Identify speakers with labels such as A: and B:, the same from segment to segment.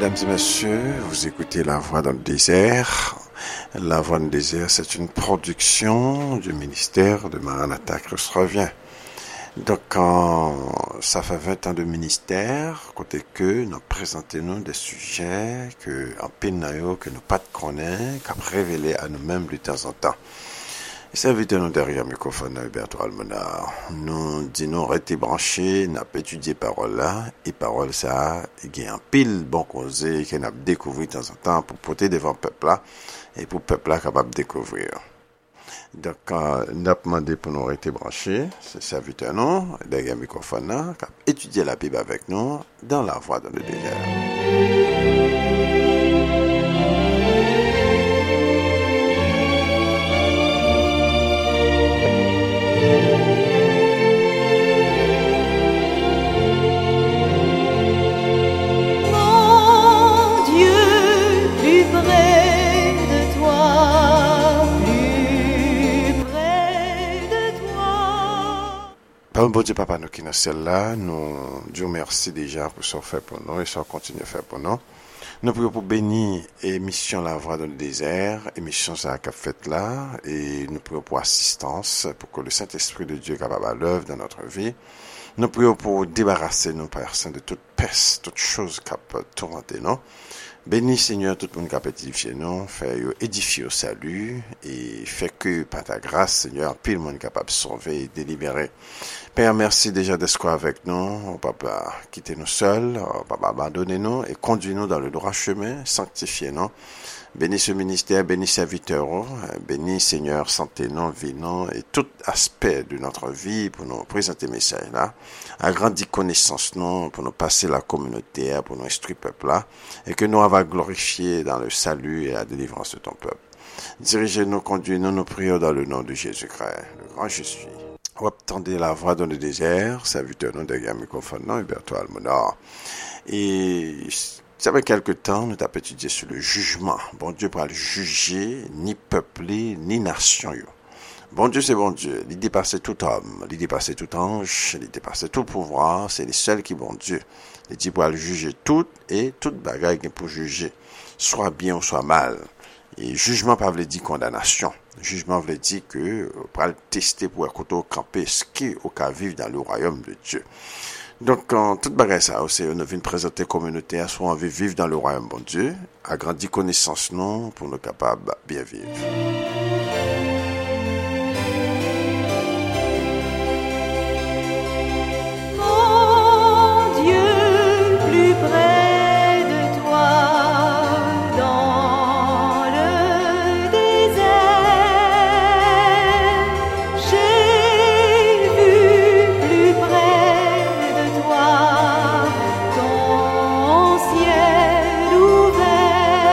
A: Mesdames et messieurs, vous écoutez La Voix dans le désert. La Voix dans le désert, c'est une production du ministère de Maranatha Christ revient. Donc, ça fait 20 ans de ministère, côté que nous présentons des sujets que, en pénayo, que nous pas connaissons, qu'à révéler à nous-mêmes de temps en temps. Et ça invite nous derrière le microphone Alberto Almonard. Nous disons rester branchés, n'a pas étudié parole là, et parole ça, il y a un pile bon causé qu'on a découvert de temps en temps pour porter devant le peuple là, et pour le peuple là capable de découvrir. Donc, nous avons demandé pour nous rester branchés, c'est serviteur nous, derrière le microphone là, qui a étudié la Bible avec nous, dans la voie dans le désert. Bon Dieu, Papa, nous qui nous sommes là, nous Dieu merci déjà pour ce fait pour nous et ce continue à faire pour nous. Nous prions pour bénir émission La Voix dans le désert, émission ça qu'a fait là, et nous prions pour assistance, pour que le Saint-Esprit de Dieu capable à l'œuvre dans notre vie. Nous prions pour débarrasser nos personnes de toute peste, toute chose qui peut tourmenter nous. Bénis Seigneur tout le monde qui a édifié nous, fait édifier au salut et fait que par ta grâce Seigneur, pile monde capable de sauver et délibérer. Père, merci déjà d'être avec nous, Papa, quittez-nous seuls, Papa, abandonnez-nous et conduis-nous dans le droit chemin, sanctifiez-nous. Bénis ce ministère, bénis serviteurs, bénis Seigneur, santé-nous, vie-nous et tout aspect de notre vie pour nous présenter le message là. Agrandis connaissance nous, pour nous passer la communauté, pour nous instruire le peuple là, et que nous avons glorifié dans le salut et la délivrance de ton peuple. Dirigez-nous, conduis-nous, nous prions dans le nom de Jésus-Christ, le grand je suis. Vous attendez la voix dans le désert, serviteur nous derrière le microphone, Alberto Almonard. Et ça fait quelque temps, nous avons étudié sur le jugement. Bon Dieu pour le juger, ni peuple, ni nation. Bon Dieu, c'est bon Dieu. Il dépasse tout homme, il dépasse tout ange, il dépasse tout pouvoir. C'est les seuls qui bon Dieu. Il dit pour le juger tout et toute bagaille pour juger, soit bien ou soit mal. Et jugement pas veut dire condamnation. Jugement veut dire que pour le tester pour écouter au camper ce qui au cas vivre dans le royaume de Dieu. Donc, toute bagaille ça, aussi, on vient présenter communauté, soit on veut vivre dans le royaume bon Dieu, agrandir connaissance non, pour nous capables bien vivre.
B: Mon Dieu, plus près de toi, dans le désert, j'ai vu plus près de toi, ton ciel ouvert.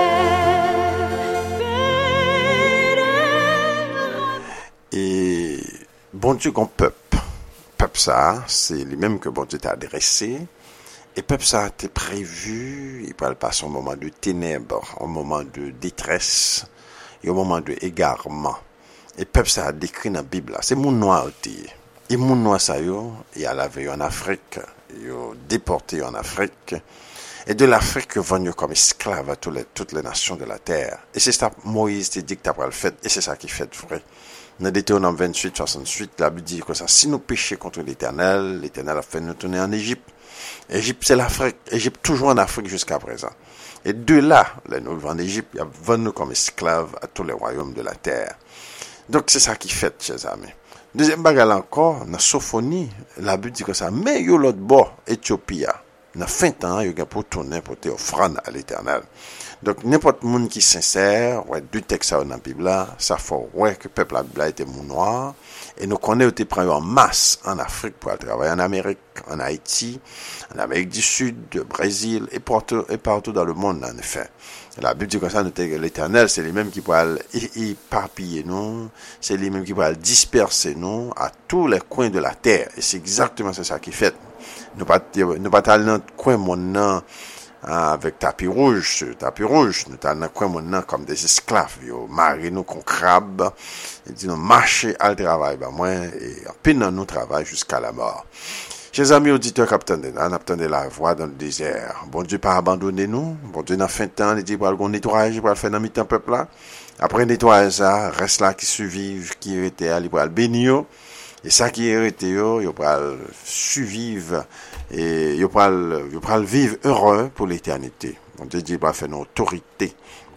A: Et bon Dieu qu'on peuple ça, c'est lui-même que bon Dieu t'a adressé. Et peuple ça a été prévu, il parle pas son moment de ténèbres, un moment de détresse, et un moment de égarement. Et peuple ça a décrit dans la Bible, c'est mon noir aussi. Et mon noir ça il a lavé en Afrique, il a déporté en Afrique. Et de l'Afrique, venus comme esclaves à toutes les nations de la terre. Et c'est ça, Moïse te dit que t'as pas le fait, et c'est ça qui fait vrai. Dans Deutéronome 28, 68, la Bible dit que ça, si nous péchons contre l'Éternel a fait nous tourner en Égypte. Égypte, c'est l'Afrique. Égypte, toujours en Afrique jusqu'à présent. Et de là, nous en Égypte, il y a venus comme esclaves à tous les royaumes de la terre. Donc, c'est ça qui fait, chers amis. Deuxième bagarre encore, dans Sophonie, la Bible dit que ça, mais yo l'autre bord, Éthiopie, dans fin temps, il y a pour tourner, pour te offrande à l'Éternel. Donc, n'importe monde qui sincère, ouais, du texte dans la Bible là, ça faut, ouais, que le peuple la Bible était mon noir, et nous connaissons été pris en masse en Afrique pour aller travailler en Amérique, en Haïti, en Amérique du Sud, au Brésil, et partout dans le monde, en effet. La Bible dit comme ça, l'Éternel, c'est lui-même qui peut éparpiller nous, c'est lui-même qui peut disperser nous à tous les coins de la terre, et c'est exactement ça qui fait. Nous pas aller dans le coin mon avec tapis rouge, nous allons dans le coin mon comme des esclaves, yo marié nous comme crabe, et dit nous marcher à le travail, moi et en peine nous travail jusqu'à la mort. Chers amis auditeurs, on attendait la voix dans le désert. Bon Dieu pas abandonné nous. Bon Dieu dans fin de temps, il dit pour le nettoyage, pour le faire dans mi-temps peuple là. Après nettoyage ça, reste là qui survivent, qui était à pour le bénir. Et ça qui est yo, yo pral survivre et yo pral vivre heureux pour l'éternité. Bon Dieu dit pas faire une autorité.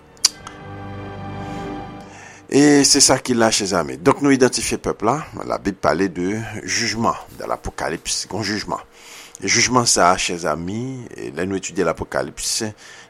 A: Et c'est ça qu'il a chez amis. Donc nous identifions le peuple là. La Bible parlait de jugement. Dans l'Apocalypse, un jugement. Et jugement ça, chez amis, et là nous étudions l'Apocalypse,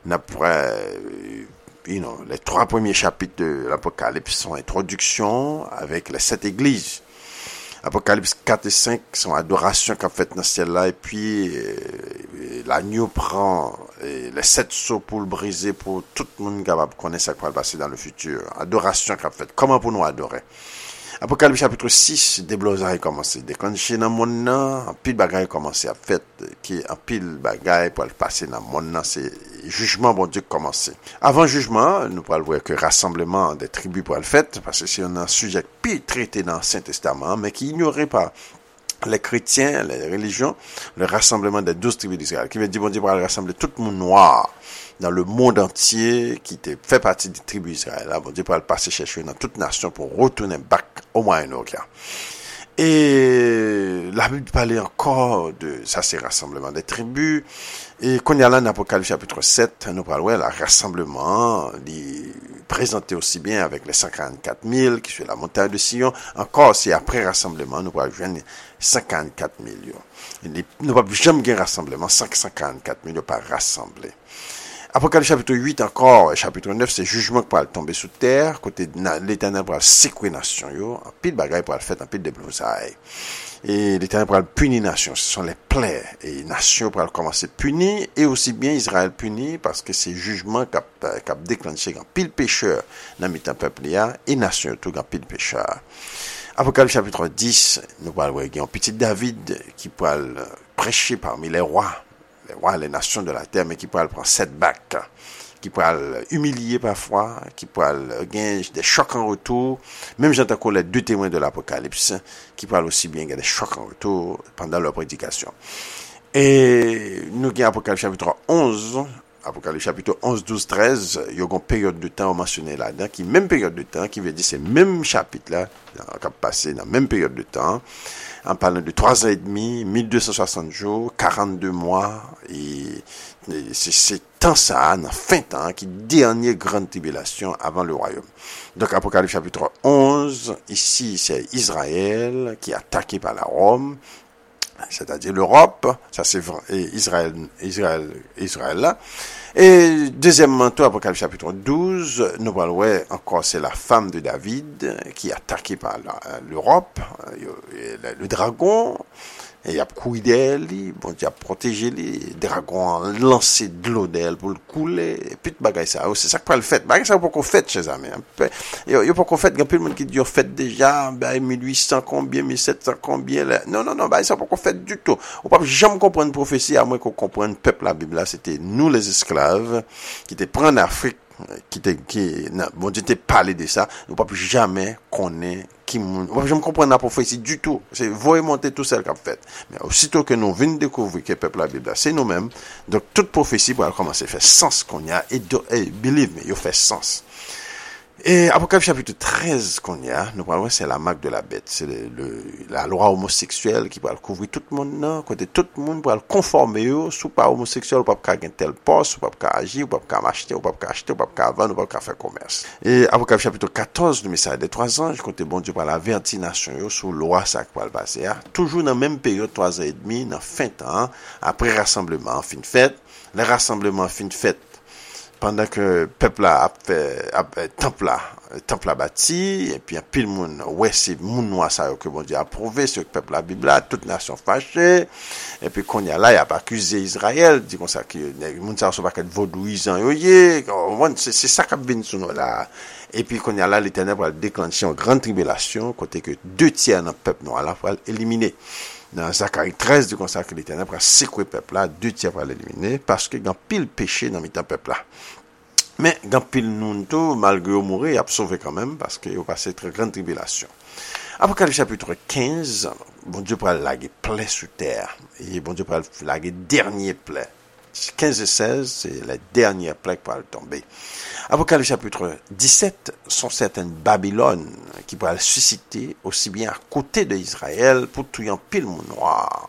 A: les 3 premiers chapitres de l'Apocalypse sont introduction avec les 7 églises. Apocalypse 4 et 5 sont adoration qu'a fait dans ce ciel-là, et puis l'agneau prend les 7 sceaux pour le briser, pour tout le monde capable de connaître ce qui va passer dans le futur. Adoration qu'a fait. Comment pour nous adorer? Apocalypse chapitre 6, des blousailles commencé. Dès qu'on est dans le monde, un pile bagaille commencé à fait, qui un pile bagaille pour le passer dans le monde, c'est jugement bon Dieu commencé. Avant jugement, nous pourrons voir que rassemblement des tribus pour le fait, parce que c'est un sujet pire traité dans l'Ancien Testament, mais qui ignorait pas les chrétiens, les religions, le rassemblement des 12 tribus d'Israël, qui veut dire bon Dieu pour rassembler tout le monde noir dans le monde entier, qui fait partie des tribus d'Israël. Là, bon Dieu pour le passer chercher dans toute nation pour retourner back au Moyen-Orient. Et la Bible parlait encore de ça, c'est rassemblement des tribus. Et quand il y a là dans Apocalypse chapitre 7, nous parlons le rassemblement, présenté aussi bien avec les 144 000 qui sont la montagne de Sion. Encore, c'est après rassemblement, nous pourrons joindre 54 millions. Nous ne pouvons jamais gagner rassemblement, 144 000 pas rassemblés. Apocalypse chapitre 8 encore, chapitre 9, c'est jugement qui va tomber sous terre, côté l'éternel pour secouer nation, un pile bagaille pour le faire, un pile de blousailles. Et l'éternel pour punir nation, ce sont les plaies, et nation pour commencer punir, et aussi bien Israël puni, parce que c'est jugement qui a déclenché un pile pécheur dans le peuple, et nation tout un pile pécheur. Apocalypse chapitre 10, nous parlons d'un petit David qui peut prêcher parmi les rois, les nations de la terre, mais qui pourra prendre 7 bacs, qui pourra humilier parfois, qui pourra gagner des chocs en retour. Même j'entends les 2 témoins de l'Apocalypse, qui pourra aussi bien gagner des chocs en retour pendant leur prédication. Et nous avons Apocalypse chapitre 11, Apocalypse chapitre 11, 12, 13, il y a une période de temps mentionné là-dedans, qui même période de temps, qui veut dire c'est même chapitre-là, qui a passé dans la même période de temps, en parlant de 3 ans et demi, 1260 jours, 42 mois, et c'est temps ça, dans fin temps, qui dernière grande tribulation avant le royaume. Donc, Apocalypse chapitre 11, ici, c'est Israël qui est attaqué par la Rome, c'est-à-dire l'Europe, ça c'est vrai, et Israël là. Et deuxièmement, tout Apocalypse chapitre 12, nous parlons encore, c'est la femme de David qui est attaquée par l'Europe, le dragon, et il a couru d'elle, bon Dieu a protégé les dragons, lancé de l'eau d'elle pour le couler, et puis de bagaille ça, c'est ça qu'on fait, bagaille ça pas qu'on fait, chers amis, il y a pas qu'on fait, il y a plein de monde qui dit, on fait déjà, 1800 combien, 1700 combien, là. Non, bagaille ça pas qu'on fait du tout, on peut jamais comprendre prophétie, à moins qu'on comprenne le peuple, la Bible là, c'était nous les esclaves, qui étaient pris en Afrique, bon Dieu t'ai parlé de ça, on peut jamais connaître on peut jamais comprendre la prophétie du tout, c'est vous monter tout seul qu'a fait, mais aussitôt que nous venons découvrir que le peuple la Bible c'est nous-mêmes, donc toute prophétie va commencer à faire sens qu'on y a, et believe me, il fait sens. Et Apocalypse chapitre 13 qu'on y a, nous parlons, c'est la marque de la bête, c'est la loi homosexuelle qui va couvrir tout le monde, non, côté tout le monde va le conformer, sous pas homosexuel, ou pas qu'à un tel poste, ou pas qu'à agir, ou pas qu'à acheter, ou pas qu'à acheter, ou pas qu'à vendre, ou pas qu'à faire commerce. Et Apocalypse chapitre 14, le message des 3 anges, côté bon Dieu par la vertination, sous loi, ça qui va le passer, toujours dans la même période, 3 ans et demi, dans fin temps, après rassemblement, fin de fête, les rassemblements, fin de fête, pendant que peuple a fait temple a bâti, et puis un pile monde c'est monde noir ça que bon Dieu a approuvé ce peuple la Bible là, toute nation fâchée, et puis qu'on y a là il a pas accusé Israël, dit comme ça que les monde ça sont pas que vaudouisants c'est ça qui vient sur nous là. Et puis qu'on y a là l'Éternel va déclencher une grande tribulation côté que 2 tiers dans le peuple noir là va éliminer. Dans Zacharie 13, du consacre que l'Éternel va secouer le peuple là, 2 tiers va l'éliminer, parce que il y a pile péché dans le peuple là. Mais il y a pile nous tout, malgré mourir, il a sauvé quand même, parce qu'il a passé très grande tribulation. Apocalypse chapitre 15, bon Dieu pourra laguer plaie sous terre. Et bon Dieu pourra laguer dernier plaie. 15 et 16, c'est la dernière plaie qui pourra tomber. Apocalypse chapitre 17 sont certaines Babylone qui pourra susciter aussi bien à côté d'Israël pour tout en pile mon noir.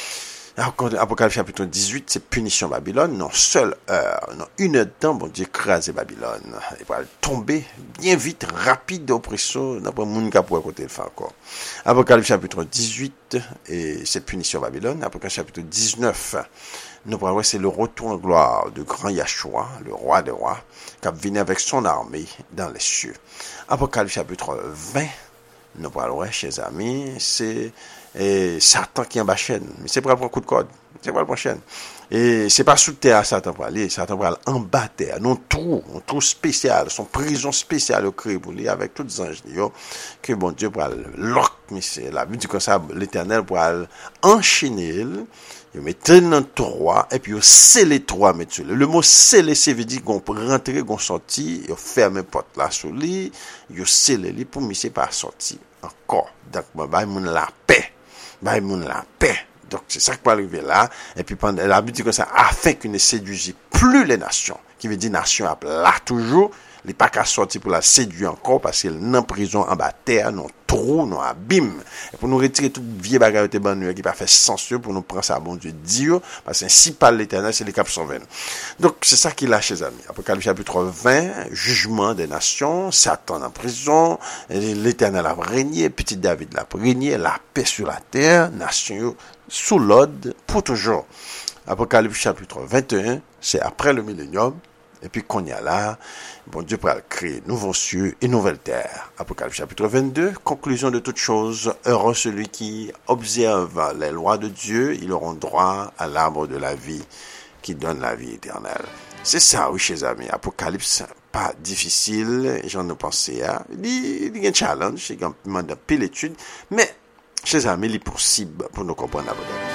A: Apocalypse chapitre 18, c'est punition Babylone, non seule heure, non une heure de temps, bon Dieu écraser Babylone. Il va tomber bien vite, rapide au presso, d'après mon cas pour côté le faire encore. Apocalypse chapitre 18, et c'est punition Babylone. Apocalypse chapitre 19, nous pourrons voir, c'est le retour en gloire de grand Yahshua, le roi des rois, qui vient avec son armée dans les cieux. Apocalypse chapitre 20, nous pourrons voir, chers amis, c'est Satan qui est en bas chaîne. Mais c'est pour le coup de code. C'est pour la prochaine. Et c'est pas sous terre Satan pour aller. Satan pour aller en bas terre. Un trou spécial. Son prison spéciale au créé pour lui avec tous les anges. Que bon Dieu pour aller lock. Mais c'est la Bible dit comme ça, l'éternel pour aller enchaîner. Il met dans trois. Et puis il scellé trois. Le mot scellé, c'est veut dire qu'on peut rentrer, qu'on sortir. Il ferme porte là sous lui. Il scellé lui pour monsieur pas sortir. Encore. Donc, la paix. La paix. Donc, c'est ça qui peut arriver là. Et puis, pendant la Bible dit comme ça, afin qu'il ne séduise plus les nations. Qui veut dire nation là toujours. Il n'est pas qu'à sortir pour la séduire encore parce qu'il est en prison, en bas terre, non trou, non abîme. Et pour nous retirer toute vieille bagarre qui n'a pas fait sens pour nous prendre ça, bon Dieu, Dieu, parce que si par l'éternel, c'est les cap sauver. Donc, c'est ça qu'il a chez amis. Apocalypse chapitre 20, jugement des nations, Satan en prison, l'éternel a régné, petit David l'a régné, la paix sur la terre, nation sous l'ordre pour toujours. Apocalypse chapitre 21, c'est après le millénium. Et puis qu'on y a là, bon Dieu pourra créer nouveaux cieux et nouvelle terre. Apocalypse chapitre 22, conclusion de toutes choses. Heureux celui qui observe les lois de Dieu, ils auront droit à l'arbre de la vie qui donne la vie éternelle. C'est ça, oui, chers amis. Apocalypse, pas difficile, j'en ai pensé à. Il y a un challenge, il y a un pile d'études, mais, chers amis, il est possible pour nous comprendre l'Apocalypse.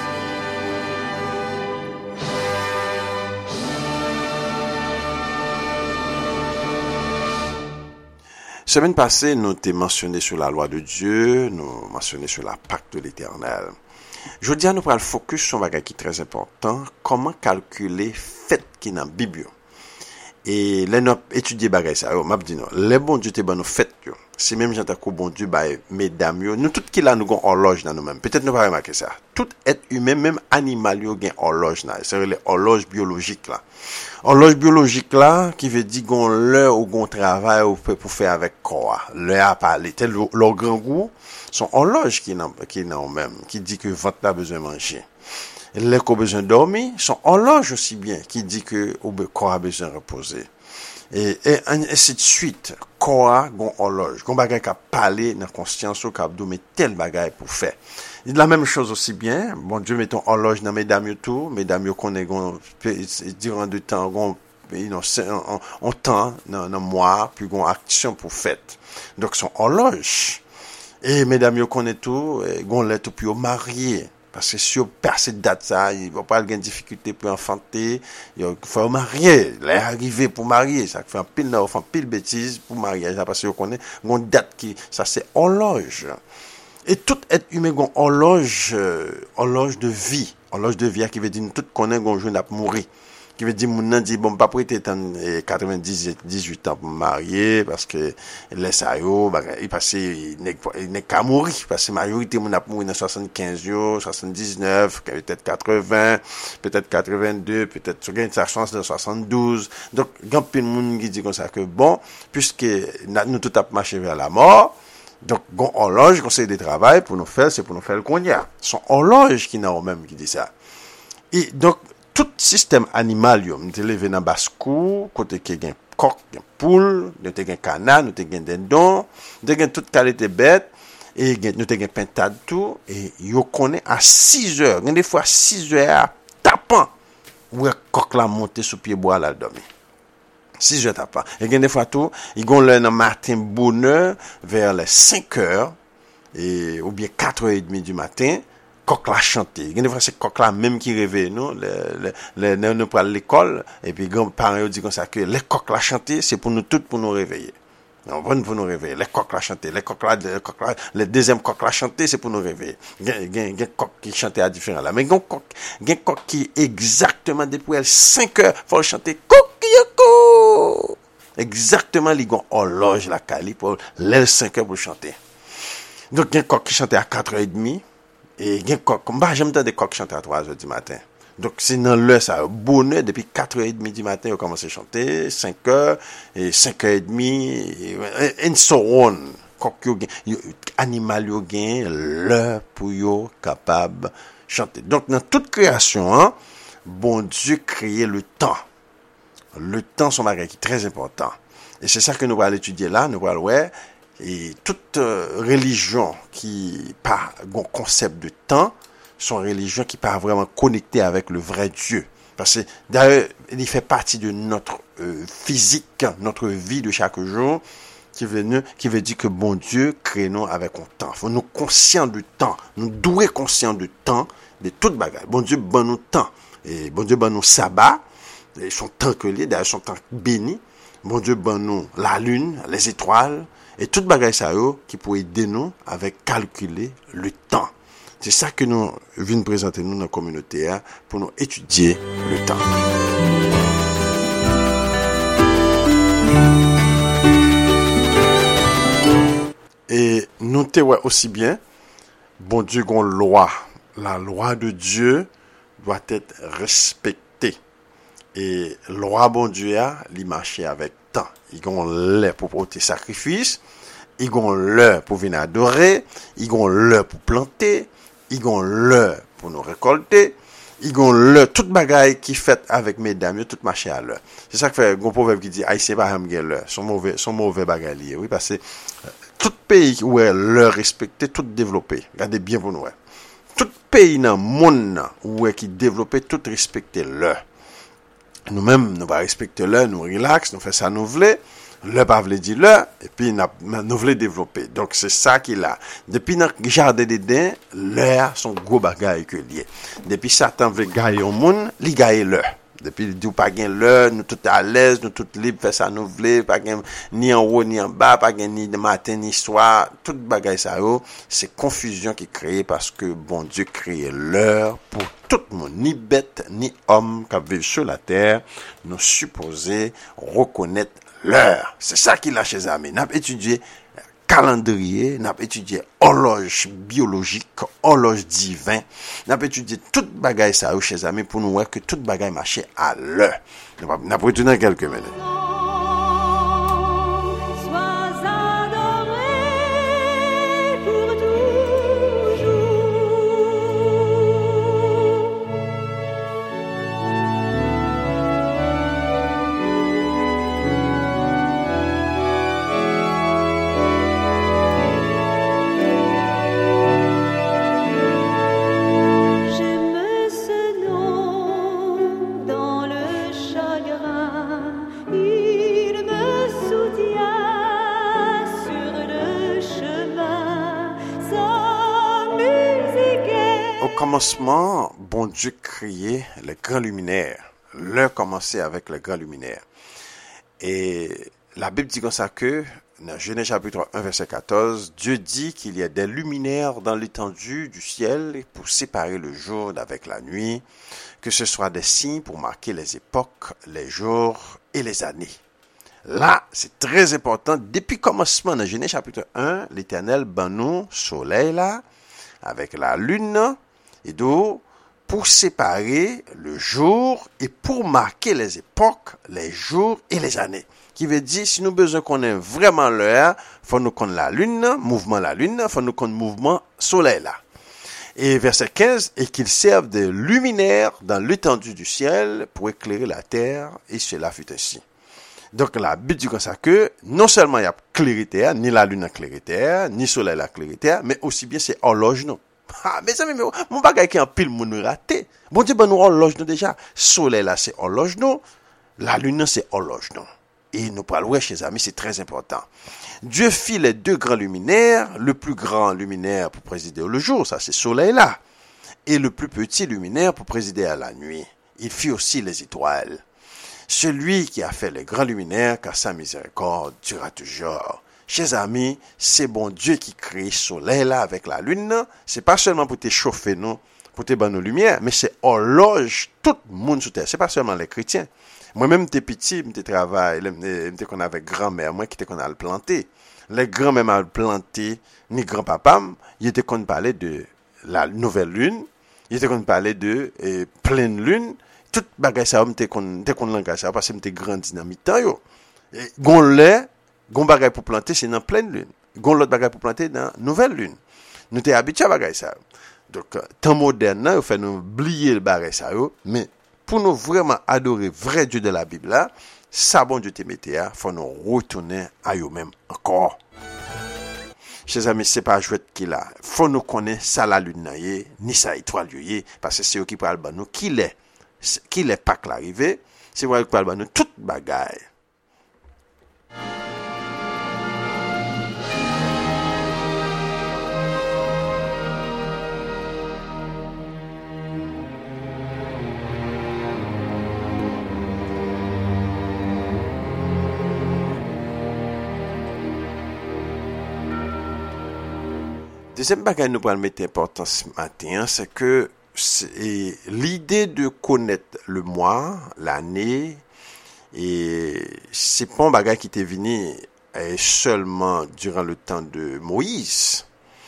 A: Semaine passée, nous t'ai mentionné sur la loi de Dieu, nous mentionné sur la pacte de l'éternel. Je dis à nous pour le focus sur un bagage qui est très important, comment calculer fait qui est dans la Bible. Et là, nous étudier bagage ça, m'a dit non, les bons Dieu te ban nous fait yo. C'est même j'entends que bon Dieu bah mesdames yo, nous tout qui là nous gon horloge dans nous-mêmes. Peut-être nous pas remarquer ça. Tout être humain, même animal yo gen horloge là, c'est les horloges biologiques là. Horloge biologique là qui veut dire gon l'heure ou gon travail ou pour faire avec quoi. L'heure a parlé tel leur grand goût, son horloge qui non même qui dit que votre a besoin de manger. Les qui ont besoin de dormir, son horloge aussi bien, qui dit que le corps a besoin de reposer. Et ainsi de suite, corps, gon horloge, gon bagay qui a parlé dans conscience, qui a donné tel bagay pour faire. Il la même chose aussi bien, bon Dieu met ton horloge dans mesdames yo tout, mesdames yo connaît gon, durant du temps, gon, on temps, dans mois, puis gon action pour fête. Donc son horloge. Et mesdames yo connaît tout, gon let tout puis au marié. Parce que si on passe date ça, il va pas avoir de difficulté pour enfanter, il faut marier, là arriver pour marier, ça fait un pile bêtise pour mariage parce que on connaît une date qui ça c'est horloge. Et tout être humain gon horloge de vie qui veut dire tout connaît gon jour n'a mourir. Qui veut dire moun nan dit bon pas prêter 18 ans pour marier parce que les ça yo il passé n'est qu'à mourir parce que majorité moun a mourir dans 75 yo 79 peut-être 80 peut-être 82 peut-être sur gagne sa chance de 72 donc grand pile moun qui dit comme ça que bon puisque nous tout a marché vers la mort. Donc, gon horloge, conseil de travail pour nous faire, c'est pour nous faire le cognac. Son horloge qui n'a même qui dit ça. Et donc, tout système animal, yo, nous te levé dans basse-cour, côté qui gen coq, gen poule, nous te gen canard, nous te gen dindon, nous te gen toute qualité bête, et nous te gen pintade tout, et yo connaît à 6 heures, des fois 6 heures, tapant, ou coq la monter sous pied bois là dormir. 6 heures tapant. Et des fois tout, ils gon le matin bonheur, vers les 5 heures, et, ou bien 4h30 du matin, coq la chanter. Des fois c'est coq là même qui réveille nous nous pour l'école et puis grand parents dit comme ça que les coq la chanter c'est pour nous toutes pour nous réveiller. Pour nous réveiller. Les coqs la chanter, les deuxièmes coqs la chanter, c'est pour nous réveiller. Il y a coq qui chantait à différents là. Mais il y a coq qui exactement depuis 5 heures, faut le chanter coq. Exactement, il y a une horloge la cali pour les 5 heures pour chanter. Donc, il y a un coq qui chantait à 4h30. Et il y a un coq, comme j'aime des coqs qui chantent à 3h du matin. Donc, c'est dans l'heure, ça, bonheur, depuis 4h30 du matin, ils ont commencé à chanter, 5h, et 5h30, et so on. Animal, yo gen, l'heure pour yo capable chanter. Donc, dans toute création, hein, bon Dieu créait le temps. Le temps, son bagage qui est très important. Et c'est ça que nous allons étudier là, nous allons voir, et toute religion qui pas un concept de temps, sont religions qui pas vraiment connectées avec le vrai Dieu. Parce que d'ailleurs, il fait partie de notre physique, notre vie de chaque jour, qui veut dire que bon Dieu crée nous avec un temps. Faut nous conscients du temps. Nous doués conscients du temps, de toute bagarre. Bon Dieu bon nous temps. Et bon Dieu bon nous sabbat, et son temps que lié, d'ailleurs son temps béni. Bon Dieu bon nous la lune, les étoiles, et toute bagarre ça qui peut aider nous avec calculer le temps. C'est ça que nous venons présenter nous dans la communauté hein, pour nous étudier le temps. Et nous te ouais aussi bien, bon Dieu gon loi. La loi de Dieu doit être respectée. Et loi bon Dieu a, li marche avec temps. Il gon l'heure pour porter sacrifice, il gon l'heure pour venir adorer, il gon l'heure pour planter, ils ont l'heure pour nous récolter, ils ont l'heure, toute bagaille qui fait avec mesdames, tout marché à l'heure. C'est ça que fait un proverbe qui dit, haïtien pas ham gen l'heure, son mauvais bagaille. Oui, parce que tout pays où est l'heure respecté, tout développé. Regardez bien pour nous. Tout pays dans le monde où est qui développé, tout respecté l'heure. Nous-mêmes, nous va respecter l'heure, nous relax, nous fait ça nous voulons. Le pas veut dire là et puis nous voulons développer. Donc c'est ça qu'il a. Depuis notre jardin d'Éden, l'heure son gros bagage que lié. Depuis Satan veut gagner au monde, il gagne l'heure. Depuis il dit pas gain l'heure, nous tout à l'aise, nous tout libre faire ça nous voulons, pas gain ni en haut ni en bas, pas gain ni de matin ni soir, tout bagage ça c'est confusion qui est créée parce que bon Dieu crée l'heure pour tout le monde, ni bête ni homme qui vivent sur la terre, nous supposés reconnaître l'heure. C'est ça qu'il a chez amis. N'a étudié calendrier, n'a étudié horloge biologique, horloge divin, n'a étudié toute bagaille ça chez amis pour nous voir que toute bagaille marchait à l'heure. N'a pas retourner quelques minutes. Commencement, bon Dieu créait les grands luminaires. L'heure commençait avec les grands luminaires. Et la Bible dit comme ça que, dans Genèse chapitre 1, verset 14, Dieu dit qu'il y a des luminaires dans l'étendue du ciel pour séparer le jour d'avec la nuit, que ce soit des signes pour marquer les époques, les jours et les années. Là, c'est très important. Depuis le commencement, dans Genèse chapitre 1, l'Éternel ban nous soleil là, avec la lune, et donc, pour séparer le jour et pour marquer les époques, les jours et les années. Qui veut dire, si nous besoin qu'on ait vraiment l'heure, faut nous connaître la lune, mouvement la lune, faut nous connaître mouvement soleil là. Et verset 15, et qu'ils servent de luminaires dans l'étendue du ciel pour éclairer la terre, et cela fut ainsi. Donc, la Bible dit comme ça que, non seulement il y a clarité, ni la lune a clarité, ni soleil a clarité, mais aussi bien c'est horloge non. Ah, mais ça, mon bagage qui en pile, mon raté. Bon Dieu, ben nous horloge nous déjà. Soleil là, c'est horloge nous. La lune, c'est horloge nous. Et nous parlons, chers amis, c'est très important. Dieu fit les deux grands luminaires. Le plus grand luminaire pour présider le jour, ça c'est soleil là. Et le plus petit luminaire pour présider à la nuit. Il fit aussi les étoiles. Celui qui a fait les grands luminaires, car sa miséricorde durera toujours. Chers amis, c'est bon Dieu qui crée le soleil là avec la lune. C'est pas seulement pour te chauffer, non, pour te donner nos lumières, mais c'est horloge tout le monde sur terre. C'est pas seulement les chrétiens. Moi-même, t'es petit, m'te travaille, m'te qu'on avec grand-mère, moi qui t'ai qu'on a le planté. Les grands-mères m'a planté, ni grand-papa, il était qu'on parlait de la nouvelle lune, il était qu'on parlait de pleine lune. Tout bagay ça m'te qu'on langage ça parce que m'te grandi dans mi-temps yo. Gon lait, gon bagay pour planter c'est dans pleine lune. Gon l'autre bagay pour planter dans nouvelle lune. Nous t'es habitué à bagay ça. Donc temps moderne là, il fait nous oublier le bagay ça yo, mais pour nous vraiment adorer vrai Dieu de la Bible là, ça bon Dieu te mette là, faut nous retourner à eux même encore. Chers amis, c'est pas jouet qui là. Faut nous connaître ça la lune là ni ça étoile yé parce que c'est eux qui parlent ba nous qui les Pâques l'arrivée, c'est vrai que parle ba nous toute bagaille. Deuxième bagage nous pourrons mettre importance ce matin, c'est que l'idée de connaître le mois, l'année, et c'est pas un bagage qui était venu seulement durant le temps de Moïse.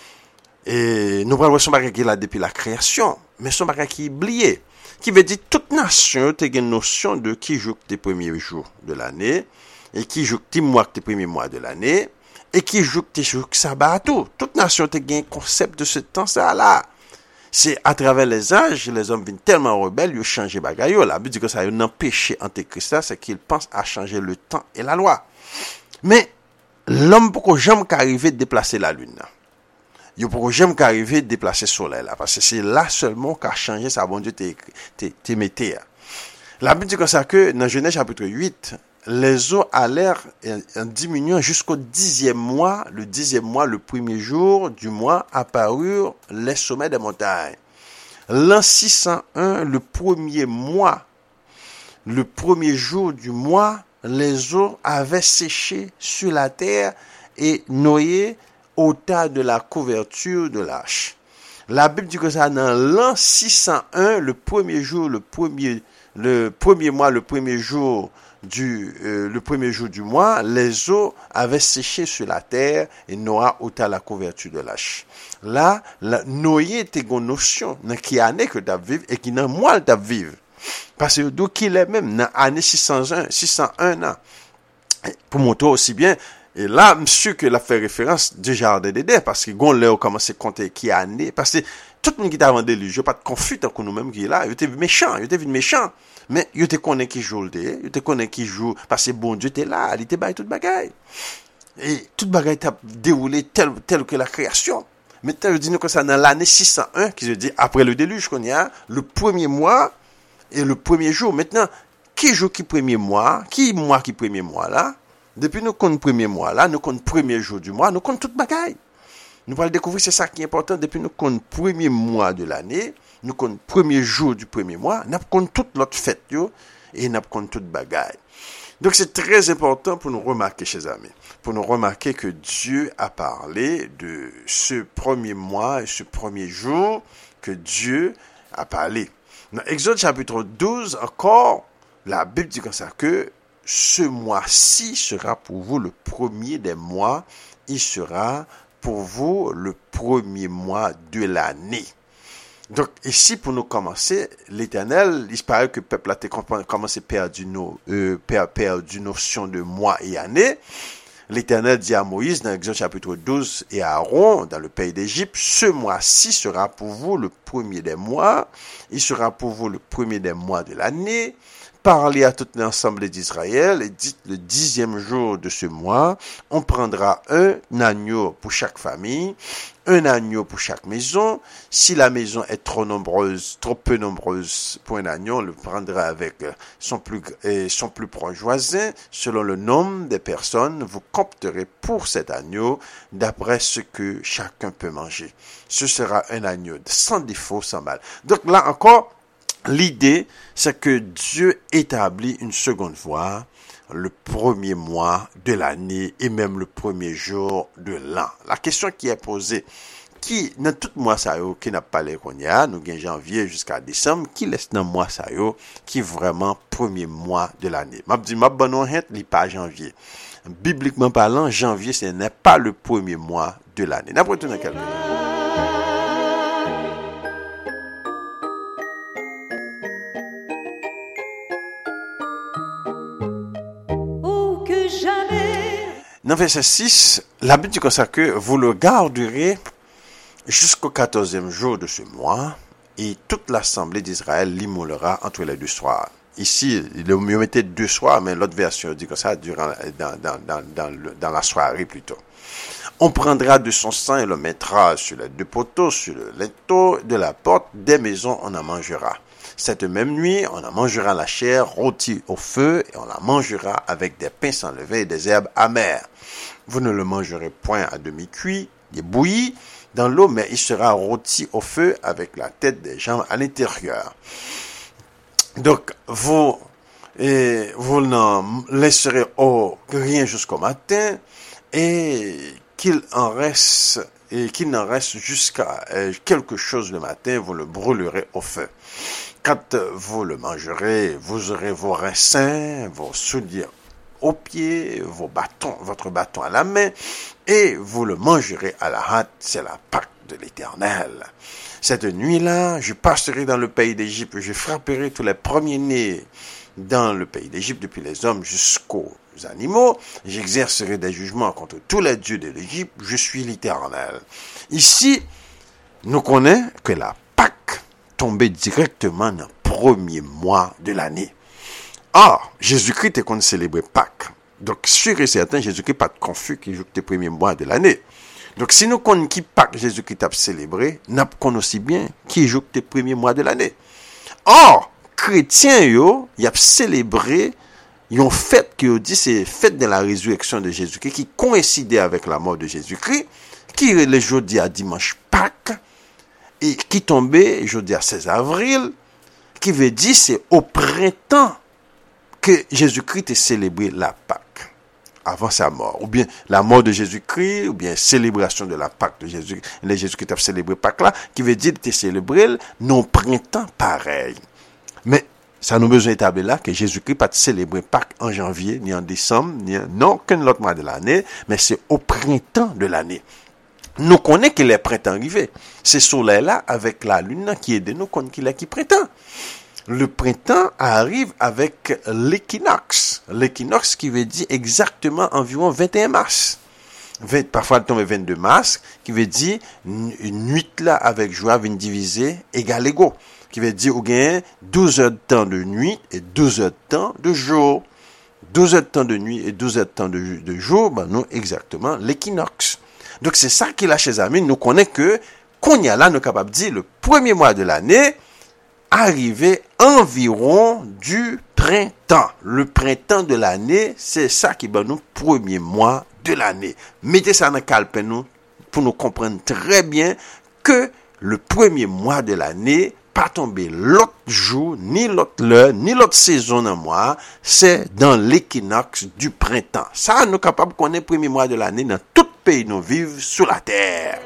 A: Et nous pourrons son bagage qui est là depuis la création, mais son bagage qui est oublié, qui veut dire toute nation a une notion de qui joue les premiers jours de l'année et qui joue les mois les premiers mois de l'année. Et qui joue sabbat tout. Toute nation te gagne concept de ce temps ça là. C'est à travers les âges, les hommes viennent tellement rebelles, ils changent bagay yo. La Bible dit que ça un péché antéchrist, c'est qu'il pense à changer le temps et la loi. Mais l'homme pour jamais qu'arriver déplacer la lune. Il pour jamais qu'arriver déplacer le soleil là parce que c'est là seulement qu'a changé ça bon Dieu te metté. La Bible dit comme ça que dans Genèse chapitre 8, les eaux allèrent en diminuant jusqu'au 10e mois. Le 10e mois, le premier jour du mois, apparurent les sommets des montagnes. L'an 601, le premier mois, le premier jour du mois, les eaux avaient séché sur la terre et Noé ôta de la couverture de l'arche. La Bible dit que ça, dans l'an 601, le premier jour, le premier mois, le premier jour du mois, les eaux avaient séché sur la terre et Noé ôta la couverture de l'arche. Là, Noé était une notion dans qui année que t'as vivre et qui dans mois t'as vivre. Parce que d'où qu'il est même dans année 601 ans. Pour montrer aussi bien, et là, monsieur que l'a fait référence du jardin d'Éden parce que gon là commencé à compter qui année parce que tout le monde qui t'a vendu le jeu pas de conflit tant que nous-mêmes qui est là, il était méchant, mais il te connaît qui joue il te connaît qui joue parce que bon Dieu était là, il était bail toute bagaille. Et toute bagaille t'a déroulé tel que la création. Maintenant, je dis nous que ça dans l'année 601 qui veut dire après le déluge qu'on y a le premier mois et le premier jour. Maintenant, qui joue qui premier mois là? Depuis nous compte premier mois là, nous compte premier jour du mois, nous compte toute bagaille. Nous allons découvrir, c'est ça qui est important, depuis nous compte premier mois de l'année, nous compte premier jour du premier mois, nous compte toute l'autre fête, et nous compte toute bagaille. Donc c'est très important pour nous remarquer, chers amis, pour nous remarquer que Dieu a parlé de ce premier mois et ce premier jour que Dieu a parlé. Dans Exode chapitre 12, encore, la Bible dit comme ça que ce mois-ci sera pour vous le premier des mois, il sera pour vous le premier mois de l'année. Donc ici, pour nous commencer, l'Éternel, il paraît que le peuple a commencé à perdre notion de mois et année. L'Éternel dit à Moïse dans Exode chapitre 12 et à Aaron dans le pays d'Égypte, ce mois-ci sera pour vous le premier des mois, il sera pour vous le premier des mois de l'année. Parlez à tout l'ensemble d'Israël et dites le 10e jour de ce mois, on prendra un agneau pour chaque famille, un agneau pour chaque maison. Si la maison est trop peu nombreuse pour un agneau, on le prendra avec son plus proche voisin. Selon le nombre des personnes, vous compterez pour cet agneau d'après ce que chacun peut manger. Ce sera un agneau sans défaut, sans mal. Donc là encore, L'idée, c'est que Dieu établit une seconde fois le premier mois de l'année et même le premier jour de l'an. La question qui est posée, qui dans tout mois ça yo qui n'a pas les qu'on y a, nous gain janvier jusqu'à décembre, qui laisse dans mois ça yo qui vraiment premier mois de l'année. M'a dit m'a bon non li pas janvier. Bibliquement parlant, janvier ce n'est pas le premier mois de l'année. N'a pas tout dans quelques
B: Oh, que jamais
A: Dans verset 6, la Bible dit comme ça que vous le garderez jusqu'au 14e jour de ce mois, et toute l'assemblée d'Israël l'immolera entre les deux soirs. Ici, il mieux mettait 2 soirs, mais l'autre version dit que ça durant dans la soirée plutôt. On prendra de son sang et le mettra sur les 2 poteaux, sur le linteau de la porte des maisons, on en mangera. Cette même nuit, on en mangera la chair rôtie au feu, et on la mangera avec des pains sans levain et des herbes amères. Vous ne le mangerez point à demi-cuit, il est bouilli dans l'eau, mais il sera rôti au feu avec la tête des jambes à l'intérieur. Donc, vous n'en laisserez rien jusqu'au matin, et qu'il n'en reste jusqu'à quelque chose le matin, vous le brûlerez au feu. Quand vous le mangerez, vous aurez vos reins sains, vos souliers aux pieds, votre bâton à la main, et vous le mangerez à la hâte, c'est la Pâque de l'Éternel. Cette nuit-là, je passerai dans le pays d'Égypte, je frapperai tous les premiers-nés dans le pays d'Égypte, depuis les hommes jusqu'aux animaux, j'exercerai des jugements contre tous les dieux de l'Égypte, je suis l'Éternel. Ici, nous connaissons que la Pâque tombait directement dans le premier mois de l'année. Or, Jésus-Christ est qu'on célébrait Pâques. Donc, sûr et certain, Jésus-Christ pas de confus qui joue les premiers mois de l'année. Donc, si nous connaissons qui Pâques Jésus-Christ a célébré, nous connaissons aussi bien qui joue les premiers mois de l'année. Or, chrétiens, y a célébré une fête qui dit c'est fête de la résurrection de Jésus-Christ qui coïncidait avec la mort de Jésus-Christ, qui est le jeudi à dimanche Pâques, et qui tombait jeudi à 16 avril, qui veut dire c'est au printemps que Jésus-Christ est célébré la Pâque, avant sa mort, ou bien la mort de Jésus-Christ, ou bien célébration de la Pâque de Jésus, les Jésus-Christ a célébré Pâque là, qui veut dire que célébré non printemps pareil. Mais ça nous besoin d'établir là que Jésus-Christ pas célébré Pâques en janvier, ni en décembre, ni non qu'un autre mois de l'année, mais c'est au printemps de l'année. Nous connaissons que les printemps arrivé. C'est soleil là avec la lune qui aide nous connaissons qu'il est qui printemps. Le printemps arrive avec l'équinoxe. L'équinoxe qui veut dire exactement environ 21 mars. Parfois il tombe 22 mars, qui veut dire une nuit là avec joie vient diviser égal égaux. Qui veut dire ou gain 12 heures de temps de nuit et 12 heures de temps de jour. 12 heures de temps de nuit et 12 heures de temps de jour, ben nous exactement l'équinoxe. Donc c'est ça qui là chez amis, nous connaissons que qu'on y a là nous capable de dire le premier mois de l'année arrivé environ du printemps. Le printemps de l'année, c'est ça qui ben nous premier mois de l'année. Mettez ça dans calpe nous pour nous comprendre très bien que le premier mois de l'année pas tomber l'autre jour, ni l'autre heure, ni l'autre saison dans mois, c'est dans l'équinoxe du printemps. Ça, nous capables de connaître le premier mois de l'année dans tout pays nous vivons sur la terre.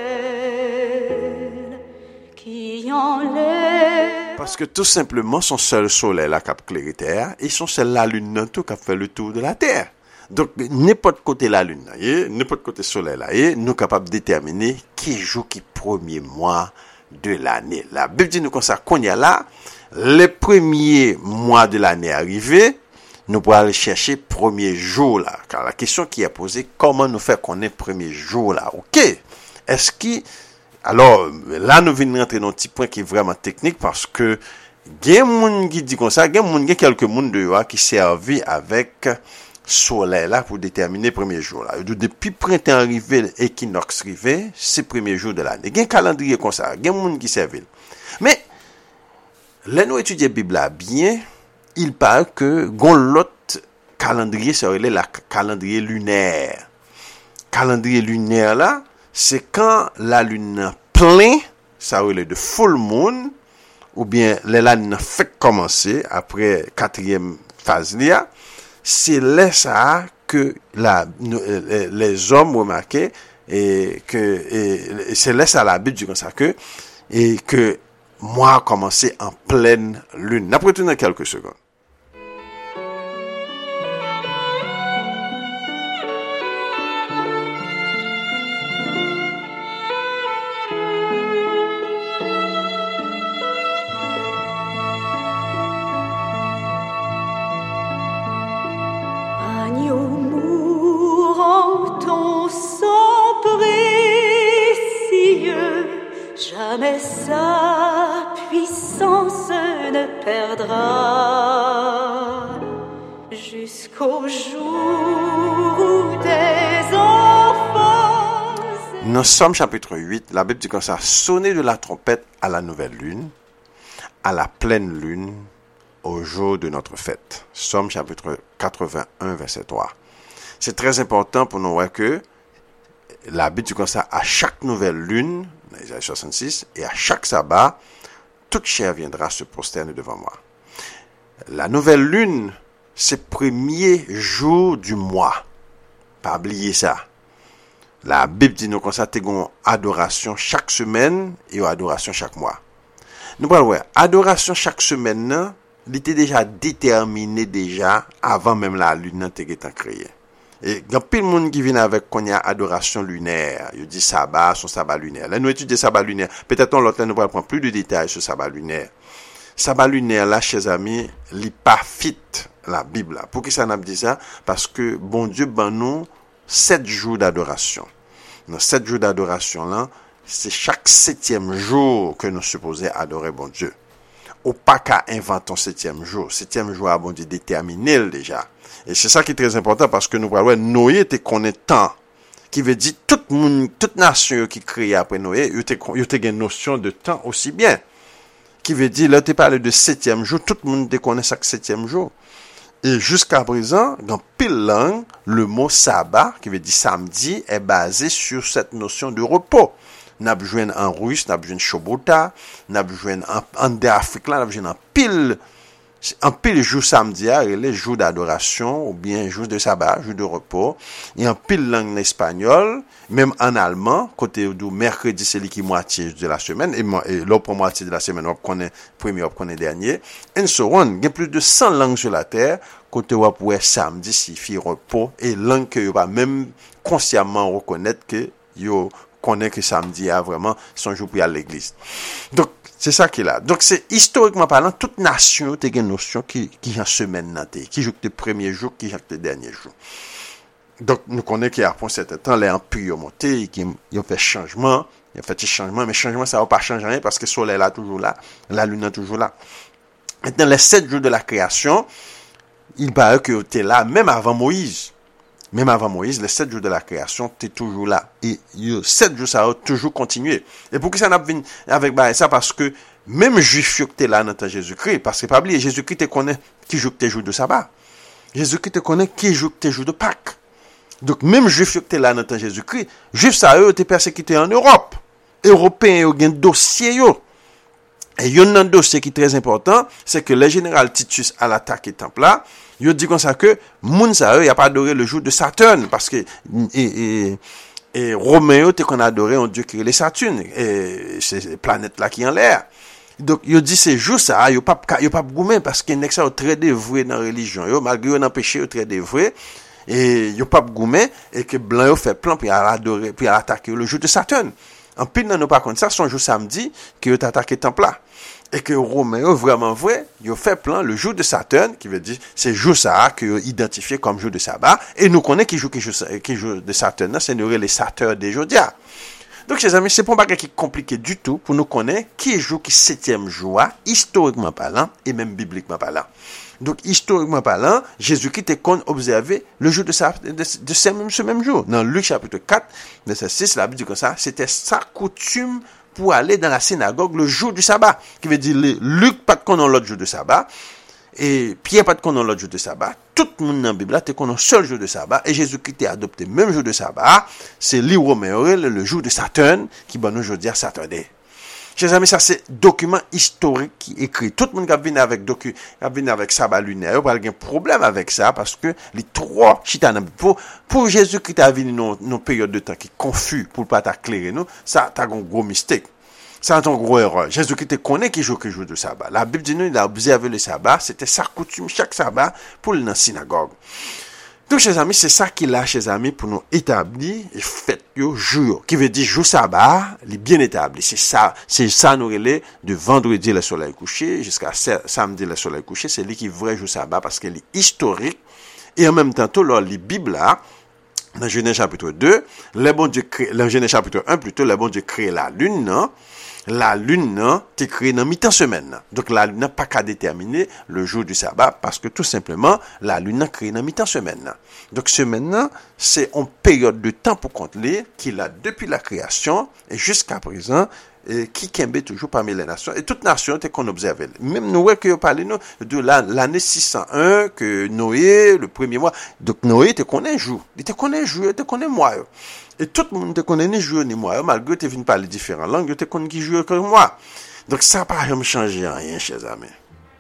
B: qui enlève
A: Parce que tout simplement, son seul soleil là qui a éclairé terre, et son seul la lune dans tout qui a fait le tour de la terre. Donc, n'importe côté la lune, n'importe côté soleil là, nous capables de déterminer qui jour qui premier mois de l'année. La Bible dit nous comme ça qu'on y a là, les premiers mois de l'année arrivés, nous pourrons aller chercher premier jour là. Car la question qui est posée, comment nous faire connaître premier jour là? Ok. Est-ce que, alors, là, nous venons rentrer dans un petit point qui est vraiment technique parce que, il y a des gens qui disent comme ça, il y a quelques monde de qui servent avec soleil là pour déterminer premier jour là. Depuis printemps arrivé, équinoxe arrivé, c'est premier jour de l'année. Il y a un calendrier comme ça, il y a des gens qui servent. Mais, là, nous étudions la Bible là bien, il parle que l'autre calendrier, c'est le calendrier lunaire. Calendrier lunaire là, c'est quand la lune plein, ça relève de full moon, ou bien les là fait commencer après quatrième phase là, c'est là ça que les hommes remarquaient et c'est là ça la Bible dit comme ça que moi a commencé en pleine lune. Après tout dans quelques secondes.
B: Jamais sa puissance ne perdra jusqu'au jour où des enfants.
A: Dans Somme chapitre 8, la Bible dit comme ça, sonnez de la trompette à la nouvelle lune, à la pleine lune, au jour de notre fête. Somme chapitre 81, verset 3. C'est très important pour nous voir que la Bible dit comme ça, à chaque nouvelle lune, dans Isaïe 66, et à chaque sabbat, toute chair viendra se prosterner devant moi. La nouvelle lune, c'est le premier jour du mois. Pas oublier ça. La Bible dit nous comme ça, t'es une adoration chaque semaine et une adoration chaque mois. Nous parlons, adoration chaque semaine, il était déjà déterminé déjà avant même la lune n'était créée. Et il y a plein de monde qui vient avec qu'on y a adoration lunaire. Il dit sabbat, son sabbat lunaire. Là, nous étudions sabbat lunaire. Peut-être l'autre, nous va prendre plus de détails sur sabbat lunaire. Sabbat lunaire, là, chers amis, il pas fit la Bible, là. Pour qui ça n'a pas dit ça? Parce que, bon Dieu, ben nous, 7 jours d'adoration. Dans 7 jours d'adoration, là, c'est chaque 7e jour que nous supposons adorer bon Dieu. Ou pas qu'à inventer 7e jour. 7e jour a bon Dieu déterminé déjà. Et c'est ça qui est très important parce que nous voyons Noé était connaît temps. Qui veut dire toute nation qui crée après Noé, il y a une notion de temps aussi bien. Qui veut dire, là, tu parles de 7e jour, tout le monde connaît ça que 7e jour. Et jusqu'à présent, dans pile langue, le mot sabbat, qui veut dire samedi, est basé sur cette notion de repos. N'a besoin en russe, n'a besoin Shobota, n'a besoin en d'Afrique là, n'a besoin en pile jour samedi, les jours d'adoration, ou bien jour de sabbat, jour de repos, et en pile langue espagnole, même en allemand, côté du mercredi, c'est qui moitié de la semaine, et l'autre moitié de la semaine, on connaît premier, on connaît dernier, et so on, il y a plus de 100 langues sur la terre, côté on pourrait samedi signifie repos, et langue que on va même consciemment reconnaître que yo connaît que samedi a vraiment son jour pour aller à l'église. Donc, c'est ça qui est là. Donc, c'est historiquement parlant, toute nation a une notion qui en semaine nanté, qui joue le premier jour, qui joue le dernier jour. Donc, nous connaissons qu'après un certain temps, les empires ont monté, ils ont fait changement, mais changement, ça va pas changer rien parce que le soleil est toujours là, la lune est toujours là. Maintenant, les 7 jours de la création, il paraît que tu es là, même avant Moïse. Même avant Moïse, les 7 jours de la création, tu es toujours là. Et 7 jours, ça va toujours continuer. Et pourquoi ça n'a pas venu avec ça? Parce que même juif qui est là dans ton Jésus-Christ, parce que pas oublier, Jésus-Christ te connaît qui joue tes jours de sabbat. Jésus-Christ te connaît qui joue tes jours de Pâques. Donc même juif qui est là dans ton Jésus-Christ, juif ça eux, t'es persécuté en Europe. Européens, ils ont un dossier, yo. Et il y a un dossier qui est très important, c'est que le général Titus à l'attaque du temple là, il dit comme ça que moun ça il a pas adoré le jour de Saturne parce que et Roméo te qu'on adoré un dieu qui est les Saturne et ces planètes là qui en l'air. Donc il dit ces jours ça il pas goumen parce que nex ça très dévoué dans religion yo malgré on empêché très dévoué et il pas goumen et que blanc yo fait plan pour adorer puis attaquer le jour de Saturne. En pile non pas comme ça son jour samedi que yo attaqué temple là. Et que Romain, vraiment vrai, il a fait plan le jour de Saturne, qui veut dire, c'est jour ça, qui est identifié comme jour de sabbat, et nous connaissons qui joue de Saturne, c'est nous les Saturnes des Jodia. Donc, chers amis, c'est pas un bagage qui est compliqué du tout pour nous connaître qui joue qui 7e jour, historiquement parlant, et même bibliquement parlant. Donc, historiquement parlant, Jésus-Christ est observé le jour de ce même jour. Dans Luc chapitre 4, verset 6, la Bible dit comme ça, c'était sa coutume pour aller dans la synagogue le jour du sabbat. Qui veut dire, Luc pas de connaître l'autre jour de sabbat, et Pierre pas de connaître l'autre jour de sabbat. Tout le monde dans la Bible là, te connaît un seul jour de sabbat, et Jésus-Christ a adopté le même jour de sabbat, c'est le jour de Saturne, qui va nous aujourd'hui à Saturday. Chers amis, ça c'est document historique qui écrit. Tout le monde qui vient avec sabbat lunaire, il n'y a pas de problème avec ça parce que les trois chitanes, pour Jésus-Christ qui a venu dans une période de temps qui est confus pour ne pas t'éclairer nous, ça t'as un gros mistake. Ça c'est un gros erreur. Jésus-Christ te connaît qui joue de sabbat. La Bible dit nous, il a observé le sabbat, c'était sa coutume chaque sabbat pour le dans la synagogue. Donc, chers amis, c'est ça qu'il a, chers amis, pour nous établir et fait yo jour, qui veut dire jour sabbat, il est bien établi. C'est ça nous relais de vendredi le soleil couché jusqu'à samedi le soleil couché, c'est lui qui est vrai jour sabbat parce qu'il est historique et en même temps, tout là, les Bibles là, dans Genèse chapitre 2, dans Genèse chapitre 1 plutôt, le bon Dieu crée la lune, non? La lune, non, t'es créé dans mi-temps semaine. Donc, la lune n'a pas qu'à déterminer le jour du sabbat parce que tout simplement, la lune n'a créé dans mi-temps semaine. Donc, semaine, c'est une période de temps pour compter qu'il a depuis la création et jusqu'à présent, qui kembe toujours parmi les nations. Et toute nation, t'es qu'on observe. Même nous, que vous parlez, nous, de l'année 601, que Noé, le premier mois. Donc, Noé, te connaît jour. Il te connaît jour, te connaît mois. Et tout le monde te connaît ni jour ni mois. Malgré que tu viens parler différentes langues, te connais qui jour que moi. Donc, ça n'a pas jamais changé rien, chers amis.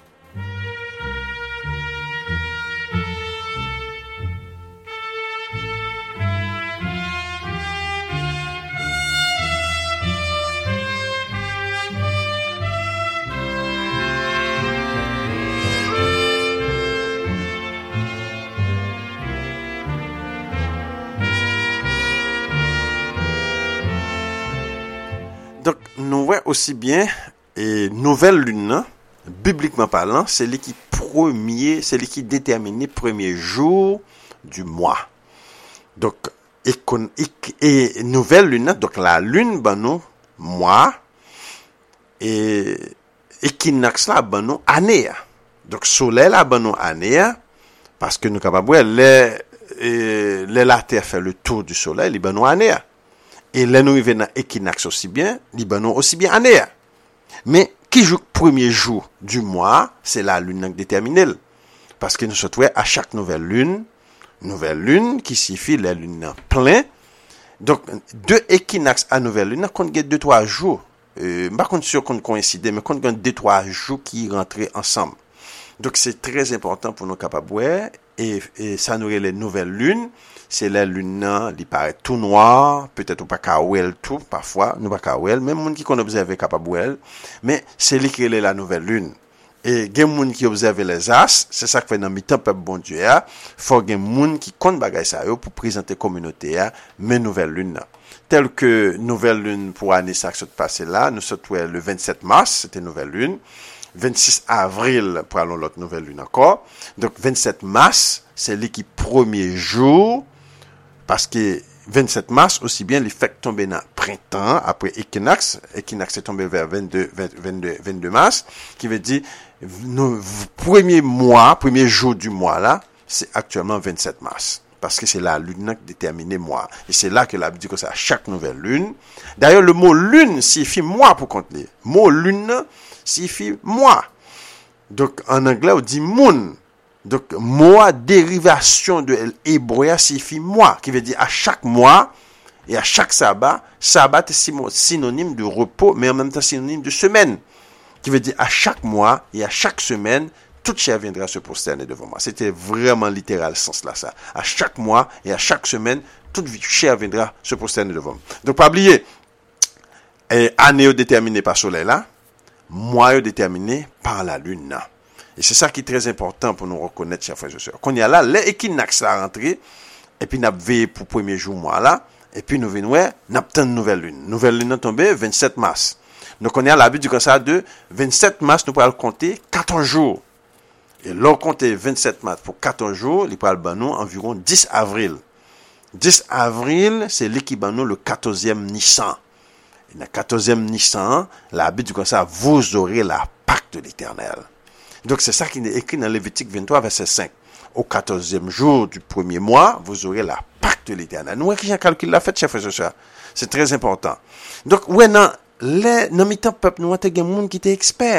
A: Donc, nous voyons aussi bien, et nouvelle lune, bibliquement parlant, c'est lui qui détermine le premier jour du mois. Donc, et nouvelle lune, donc la lune, ben nous, mois, et équinoxe là, ben nous, année. Donc, soleil là, ben nous, année, parce que nous capables, la terre fait le tour du soleil, les ben nous, année. Et là, nous arrivons dans l'équinoxe aussi bien, Libanon aussi bien année. Mais, qui joue le premier jour du mois, c'est la lune qui détermine. Parce que nous sommes à chaque nouvelle lune qui signifie la lune plein. Donc, de équinoxe à nouvelle lune, on a 2-3 jours. Par contre, sûr qu'on coïncide, mais on a 2-3 jours qui rentrent ensemble. Donc, c'est très important pour nous capables et ça nous est les nouvelles lunes. C'est la lune, il paraît tout noir, peut-être pas kawel tout, parfois, nous pas kawel, même monde qui qu'on observe capable, mais c'est lui qui est la nouvelle lune. Et gen moun qui observe les as, c'est ça que fait dans mi-temps peuple bon Dieu a, faut gen moun qui compte bagay ça yo pour présenter communauté a mes nouvelles lunes. Tel que nouvelle lune pour année ça qui s'est passé là, nous sommes le 27 mars, c'était nouvelle lune. 26 avril pour aller l'autre nouvelle lune encore. Donc 27 mars, c'est l'équipe premier jour parce que 27 mars aussi bien l'effet tombé dans printemps après équinoxe est tombé vers 22 mars qui veut dire nos premier jour du mois là, c'est actuellement 27 mars. Parce que c'est la lune qui détermine mois. Et c'est là que la Bible dit que c'est à chaque nouvelle lune. D'ailleurs, le mot lune signifie mois pour compter. Le mot lune signifie mois. Donc, en anglais, on dit moon. Donc, mois, dérivation de l'hébreu signifie mois. Qui veut dire à chaque mois et à chaque sabbat. Sabbat est synonyme de repos, mais en même temps synonyme de semaine. Qui veut dire à chaque mois et à chaque semaine, toute chair viendra se prosterner devant moi. C'était vraiment littéral sens là ça. À chaque mois et à chaque semaine, toute chair viendra se prosterner devant moi. Donc pas oublier, année déterminée par soleil là, mois déterminé par la lune là. Et c'est ça qui est très important pour nous reconnaître, chers frères et sœurs. Qu'on y a là, l'équinoxe à rentrer, et puis n'a veillé pour premier jour mois là, et puis nous venons n'a pas une nouvelle lune. Nouvelle lune tombée 27 mars. Donc on y a l'habitude du comme ça de 27 mars nous pourrons compter 14 jours. Et l'on compte 27 mars pour 14 jours, il parle nous environ 10 avril. 10 avril, c'est l'équivalent le 14e Nissan. Et le 14e Nissan, la Bible dit comme ça, vous aurez la Pâque de l'Éternel. Donc c'est ça qui est écrit dans Lévitique 23, verset 5. Au 14e jour du premier mois, vous aurez la Pâque de l'Éternel. Nous, qui a calculé la fête, chers frères et sœurs. C'est très important. Donc, ouais, dans mi-temps, peuple, nous avons des gens qui étaient experts.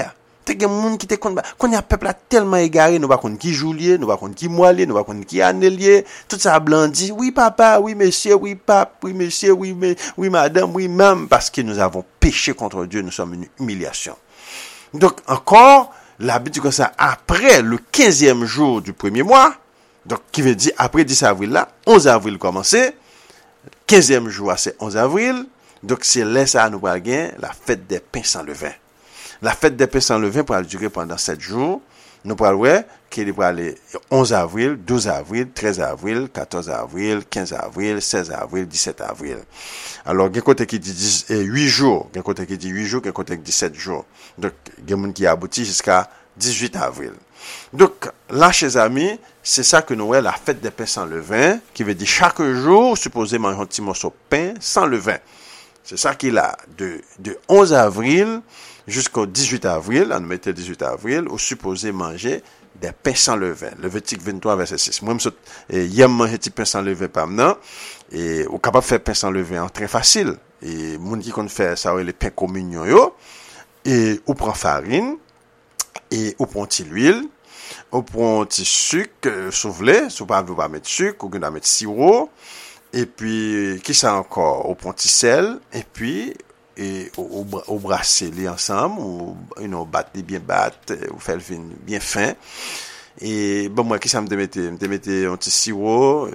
A: te gen moun qui te qu'on y a peuple là tellement égaré, nous pas connait qui joulier, nous pas connait qui moilier, nous pas connait qui annelier, tout ça blanc dit oui papa, oui monsieur, oui pape, oui monsieur, oui oui madame, oui même parce que nous avons péché contre Dieu, nous sommes une humiliation. Donc encore la Bible dit comme ça après le 15e jour du premier mois, donc qui veut dire après 10 avril là, 11 avril commencer, 15e jour c'est 11 avril. Donc c'est là ça nous va gagner la fête des pains sans levain. La fête des pains sans levain pourra durer pendant 7 jours. Nous pourrons voir qu'il va aller 11 avril, 12 avril, 13 avril, 14 avril, 15 avril, 16 avril, 17 avril. Alors, il y a un côté qui dit 8 jours, il y a un côté qui dit 8 jours, il y a un côté qui dit 17 jours. Donc, il y a un monde qui aboutit jusqu'à 18 avril. Donc, là, chers amis, c'est ça que nous voyons la fête des pains sans levain, qui veut dire chaque jour, supposé manger un petit morceau de pain sans levain. C'est ça qu'il a de 11 avril jusqu'au 18 avril, on mettait 18 avril, ou supposé manger des pains sans levain. Levitique 23, verset 6. Moi, hier, manger des pains sans levain par maintenant, et ou capable de faire pain sans levain très facile. Et moun qui qu'on fait ça, les pains communion yo, et ou prend farine, et ou prend l'huile, ou prend sucre, souvelé, si vous pas mettre sucre, ou vous mettre sirop, et puis, qui ça encore? Au ponticelle, et puis, au brasser les ensemble, ou, battre bien battre, ou faire le vin bien fin. Et, bon, moi, qui ça me mettre un petit sirop,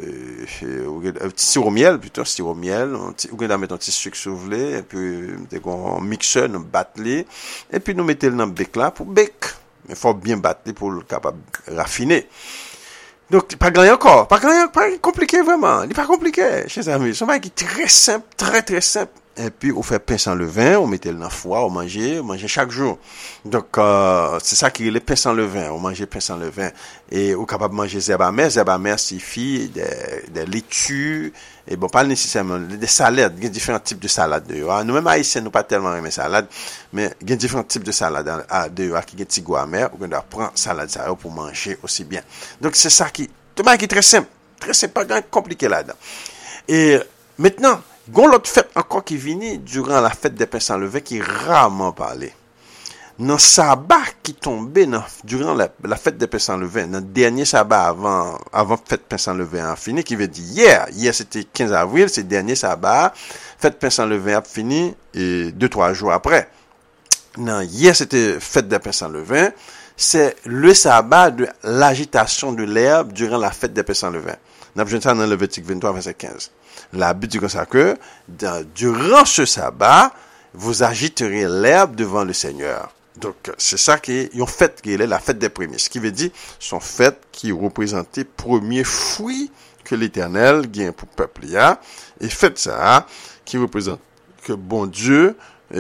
A: un petit sirop miel, plutôt, sirop miel, ou mettre un petit sucre souvelé, et puis, un mixeur, nous battre les, et puis, nous mettons dans le bec là, pour bec. Il faut bien battre pour le capable raffiner. Donc, pas grand encore. Pas compliqué vraiment. Il n'est pas compliqué, chers amis. C'est un qui est très simple, très très simple. Et puis, on fait pain sans levain, on mettait le dans le foie, on mangeait chaque jour. Donc, c'est ça qui est le pain sans levain. On mangeait pain sans levain. Et on est capable de manger zèbre amer. Zèbre amer signifie des laitues. Et bon, pas nécessairement des salades. Il y a différents types de salades dehors. Nous-mêmes, haïtiens, nous pas tellement aimer salade. Mais il y a différents types de salades dehors qui ont des goût amer. On doit prendre salade ça pour manger aussi bien. Donc, c'est ça qui est très simple. Très simple, pas grand compliqué là-dedans. Et maintenant, il y a l'autre fête encore qui vient durant la fête des pains sans levain qui est rarement parlé. Dans le sabbat qui tombait durant la fête des pains sans levain, dans le dernier sabbat avant fête pains sans levain a fini, qui veut dire hier c'était 15 avril, c'est le dernier sabbat, fête pains sans levain a fini et 2-3 jours après. Non, hier c'était fête des pains sans levain, c'est le sabbat de l'agitation de l'herbe durant la fête des pains sans levain. On a besoin de ça dans Levitique 23, verset 15. La Bible dit comme ça que, durant ce sabbat, vous agiterez l'herbe devant le Seigneur. Donc, c'est ça qui est une fête qui est la fête des prémices. Qui veut dire, son fête qui représente le premier fruit que l'Éternel gagne pour le peuple. Et fête ça, qui représente que bon Dieu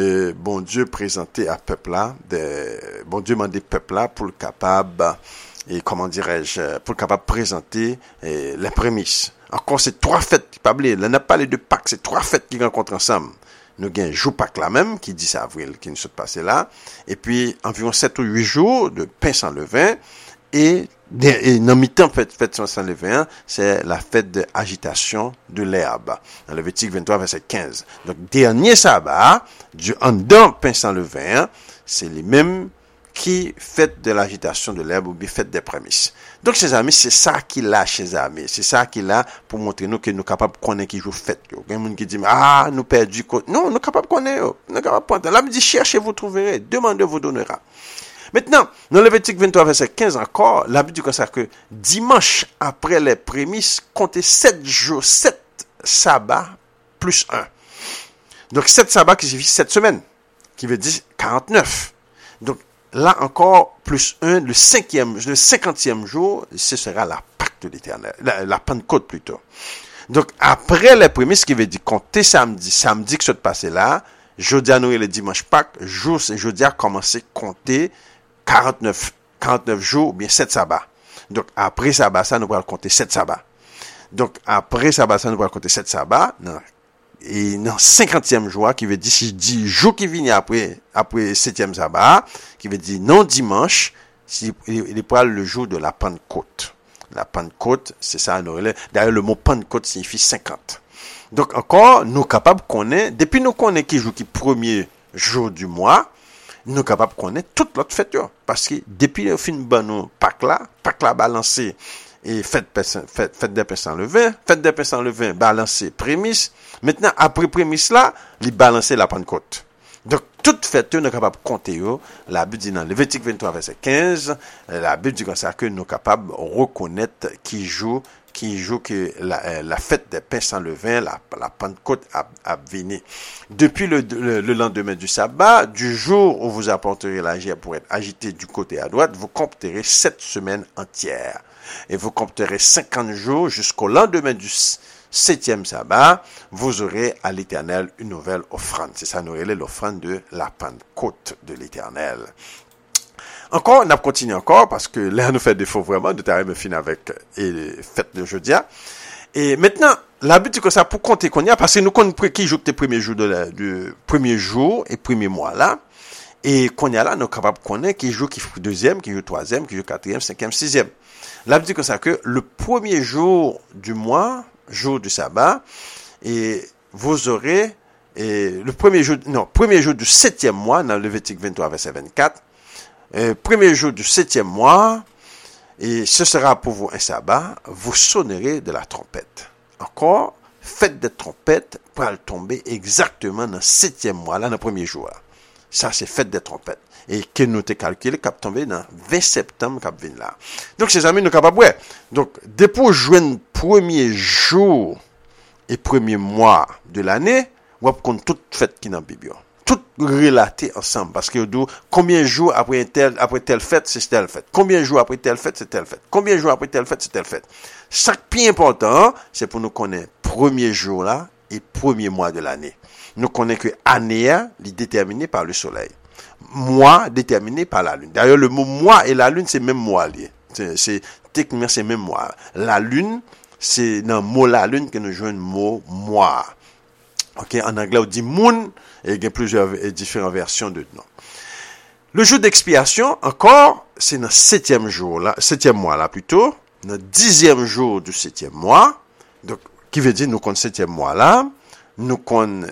A: présentait à peuple là, bon Dieu mandait peuple là pour le capable, et comment dirais-je, pour le capable présenter les prémices. Encore, c'est 3 fêtes qui parlent. Là, on n'a pas les 2 Pâques, c'est 3 fêtes qui rencontrent ensemble. Nous avons un jour Pâques là même, qui 10 avril, qui nous sont passés là. Et puis, environ 7 ou 8 jours de pain sans levain. Et dans mi-temps, fête sans levain, c'est la fête d'agitation de l'herbe. Dans Levitique 23, verset 15. Donc, dernier sabbat, en dedans pain sans levain, c'est les mêmes qui fait de l'agitation de l'herbe ou bien fait des prémices. Donc, chers amis, c'est ça qu'il a, chers amis. C'est ça qu'il a pour montrer nous que nous sommes capables de connaître qui joue fête. Il y a des gens qui disent, nous perdu. Non, nous sommes capables de connaître. Nous sommes capables de connaître. La Bible dit, cherchez, vous trouverez. Demandez, vous donnera. Maintenant, dans Levitique 23, verset 15 encore, la Bible dit comme ça que dimanche après les prémices, comptez 7 jours, 7 sabbats plus 1. Donc, 7 sabbats qui signifie 7 semaines, qui veut dire 49. Donc, là encore, plus 1, le 50e jour, ce sera la Pâque de l'Éternel, la Pentecôte plutôt. Donc, après les prémices, qui veut dire compter samedi que ça te passe là, jeudi à Noël et dimanche Pâques, jeudi a commencé à compter 49 jours, ou bien 7 sabbats. Donc, après sabbat, ça, nous allons compter 7 sabbats. Donc, après sabbat, ça, nous allons compter 7 sabbats. Et dans 50e jour, qui veut dire, si je dis jour qui vient après 7e sabbat, qui veut dire non dimanche, il est pas le jour de la Pentecôte. La Pentecôte, c'est ça, d'ailleurs, le mot Pentecôte signifie 50. Donc, encore, nous capables qu'on est, depuis nous connaissons qui joue qui premier jour du mois, nous capables de connaître toute l'autre fête, parce que depuis le fin de nous, Pâques là balancé, et fête des pains sans levain, balancé prémisse. Maintenant, après prémisse là, il balancé la Pentecôte. Donc, toute fête, nous sommes capables de compter, la Bible dit dans Lévitique 23, verset 15, la Bible dit comme ça que nous sommes capables de reconnaître qui joue que la fête des pains sans levain, la Pentecôte a venu. Depuis le lendemain du sabbat, du jour où vous apporterez la gerbe pour être agité du côté à droite, vous compterez 7 semaines entières. Et vous compterez 50 jours jusqu'au lendemain du 7e sabbat, vous aurez à l'Éternel une nouvelle offrande. C'est ça, nous relève l'offrande de la Pentecôte de l'Éternel. Encore, on a continué encore, parce que là, nous fait défaut vraiment, de terminer fin avec les fêtes de jeudi. Et maintenant, la but, c'est que ça, pour compter qu'on y a, parce que nous connaissons qui joue les premiers jours du premier jour et premier mois là, et qu'on y a là, nous sommes capables de connaître qui joue deuxième, qui joue troisième, qui joue quatrième, cinquième, sixième. La but, c'est que ça, que le premier jour du mois, jour du sabbat, et vous aurez, premier jour du 7e mois, dans Lévitique 23, verset 24, premier jour du 7e mois, et ce sera pour vous un sabbat, vous sonnerez de la trompette. Encore, fête de trompette pour tomber exactement dans le 7e mois, là, dans le premier jour. Là. Ça, c'est fête des trompettes. Et que nous t'ai calculé, cap tombé dans 20 septembre, cap vient là. Donc, ces amis, nous capables, ouais. Donc, depuis juin, premier jour et premier mois de l'année, on va prendre toute fête qui est dans la Bible. Tout relaté ensemble. Parce que, combien de jours après telle fête, c'est telle fête. Combien de jours après telle fête, c'est telle fête. Combien de jours après telle fête, c'est telle fête. Chaque point important, c'est pour nous connaître premier jour là et premier mois de l'année. Nous connaissons que année est déterminée par le soleil. Mois déterminé par la lune. D'ailleurs, le mot mois et la lune, c'est même mois lié. Techniquement, c'est même mois. La lune, c'est dans le mot la lune que nous jouons le mot mois. Ok, en anglais, on dit moon, et il y a plusieurs différentes versions de nom. Le jour d'expiation, encore, c'est dans le 7e mois là plutôt, dans le 10e jour du 7e mois, donc, qui veut dire nous connaissons 7e mois là, nous connaissons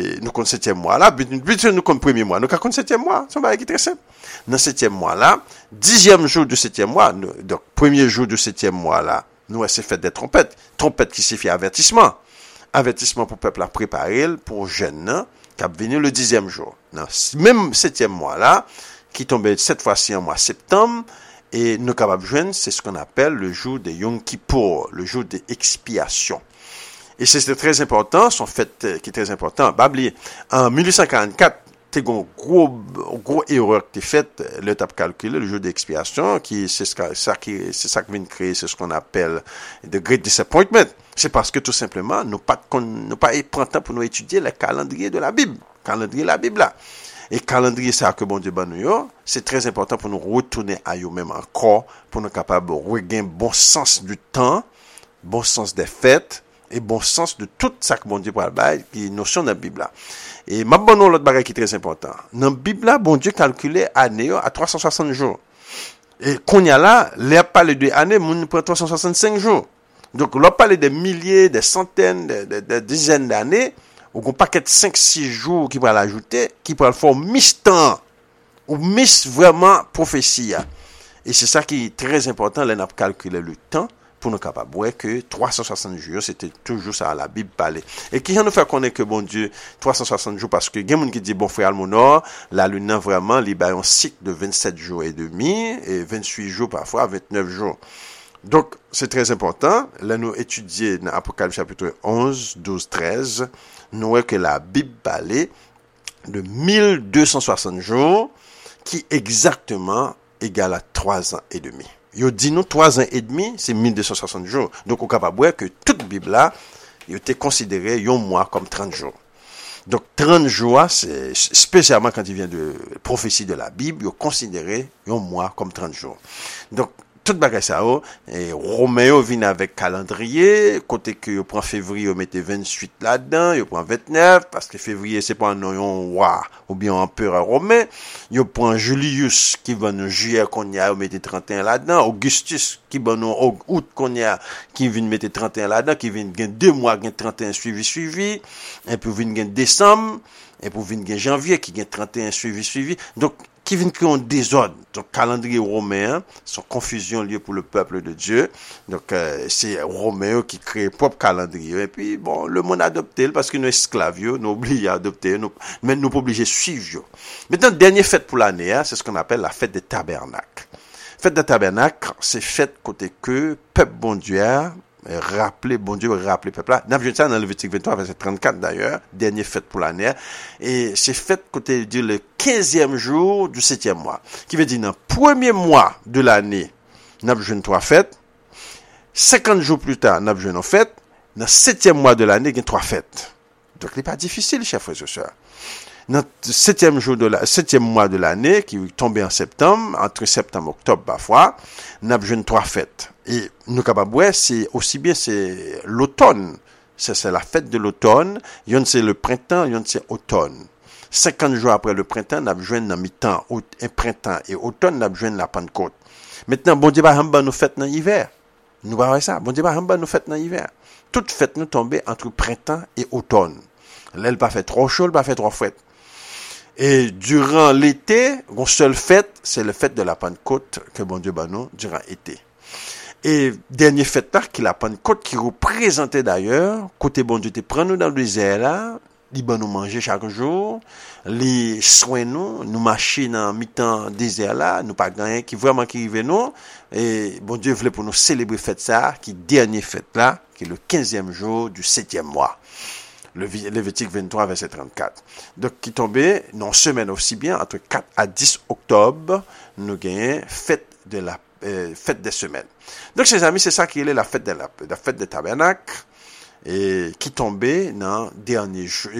A: 7e mois là, but nous connaissons premier mois, nous connaissons 7e mois, c'est un bagage qui est très simple. Dans 7e mois là, 10e jour du 7e mois, donc premier jour du 7e mois là, nous c'est fête des trompettes, trompette qui signifie avertissement. Avertissement pour le peuple à préparer pour jeunes, qui a venu le 10e jour. Dans même 7e mois là, qui tombait cette fois-ci en mois septembre, et nous capables de joindre, c'est ce qu'on appelle le jour de Yom Kippour, le jour de expiation. Et c'est très important, son fait qui est très important. Babli, en 1844, t'es un gros erreur qui t'es faite, le t'as calculé le jour d'expiation, c'est ça qui vient de créer, c'est ce qu'on appelle the Great Disappointment. C'est parce que tout simplement, nous pas prendre temps pour nous étudier le calendrier de la Bible. Calendrier de la Bible là. Et calendrier, ça que bon Dieu ban nous, c'est très important pour nous retourner à nous-mêmes encore, pour nous capables de regagner bon sens du temps, bon sens des fêtes, et bon sens de tout ça que bon Dieu parle, qui est notion dans la Bible là. Et ma bonne l'autre bagage qui est très important. Dans la Bible là, bon Dieu calculait année à 360 jours. Et qu'on y a là, les parler de année, mon prend 365 jours. Donc, l'on parle des milliers, des centaines, des dizaines d'années, ou qu'on paquet 5-6 jours qui pourra l'ajouter, qui pourra le faire mi-temps, ou vraiment prophétie. Et c'est ça qui est très important, là, on a calculé le temps, pour nous capables ouais que 360 jours c'était toujours ça la Bible parlait et qui nous fait connaître que bon Dieu 360 jours parce que il y a des gens qui dit bon frère Almonor la lune vraiment il y a un cycle de 27 jours et demi et 28 jours parfois 29 jours. Donc c'est très important là nous étudier dans Apocalypse chapitre 11 12 13 nous voyons que la Bible parlait de 1260 jours qui exactement égale à 3 ans et demi. Yo dit nous 3 ans et demi, c'est 1260 jours. Donc, on est capable de voir que toute Bible là, il était considéré un mois comme 30 jours. Donc, 30 jours, c'est spécialement quand il vient de prophétie de la Bible, il est considéré un mois comme 30 jours. Donc, tout bagay ça et Roméo vient avec calendrier côté que yo prend février yo mettez 28 là-dedans, yo prend 29 parce que février c'est pas un roi ou bien un empereur romain, yo prend Julius qui va nous juillet qu'on y a yo mettez 31 là-dedans, Augustus qui va nous août qu'on y a qui vient mettre 31 là-dedans, qui vient gain 2 mois gain 31 suivi et puis vient gain décembre et puis vient gain janvier qui gain 31 suivi donc qui viennent créer un désordre. Donc, calendrier romain, son confusion liée pour le peuple de Dieu. Donc, c'est Romain qui crée propre calendrier. Et puis, bon, le monde a adopté parce que nous esclaves, nous obligés à adopter, mais nous pas obligés de suivre. Maintenant, dernière fête pour l'année, c'est ce qu'on appelle la fête des tabernacles. Fête des tabernacles, c'est fête côté que peuple bon Dieu rappeler bon Dieu rappeler peuple là. N'a vu ça dans Lévitique 23 verset 34 d'ailleurs, dernière fête pour l'année et c'est fête côté dire le 15e jour du 7e mois, qui veut dire dans le premier mois de l'année, n'a vu 3 fêtes. 50 jours plus tard, n'a vu une fête. Dans le 7e mois de l'année, il y a 3 fêtes. Donc il n'est pas difficile, chers frères et sœurs. Dans le 7e mois de l'année, qui tombe en septembre, entre septembre et octobre parfois, nous avons 3 fêtes. Et nous capables, c'est aussi bien, c'est l'automne. C'est la fête de l'automne. Yon c'est le printemps, yon c'est automne. 50 jours après le printemps, nous avons dans mi-temps, printemps et automne, nous avons la Pentecôte. Maintenant, bon Dieu, nous fêtes dans l'hiver. Nous voyons ça. Bon Dieu, nous fêtes dans l'hiver. Toute fête nous tombe entre printemps et automne. Là, elle pas fait trop chaud, elle pas fait trop fête. Et durant l'été, une seule fête, c'est la fête de la Pentecôte que bon Dieu nous durant l'été. Et dernière fête là, qui est la Pentecôte, qui représentait d'ailleurs, côté bon Dieu te prend nous dans le désert là, il va nous manger chaque jour, les soins nous marcher dans mi-temps désert là, nous pas gagner qui vraiment qui rive nous, et bon Dieu voulait pour nous célébrer fête ça, qui dernière fête là, qui est le 15e jour du 7e mois. Le Lévitique 23, verset 34. Donc, qui tombait, non semaine aussi bien, entre 4 à 10 octobre, nous gagnons fête des semaines. Donc, chers amis, c'est ça qui est la fête des tabernacles, et qui tombait dans dernier jour,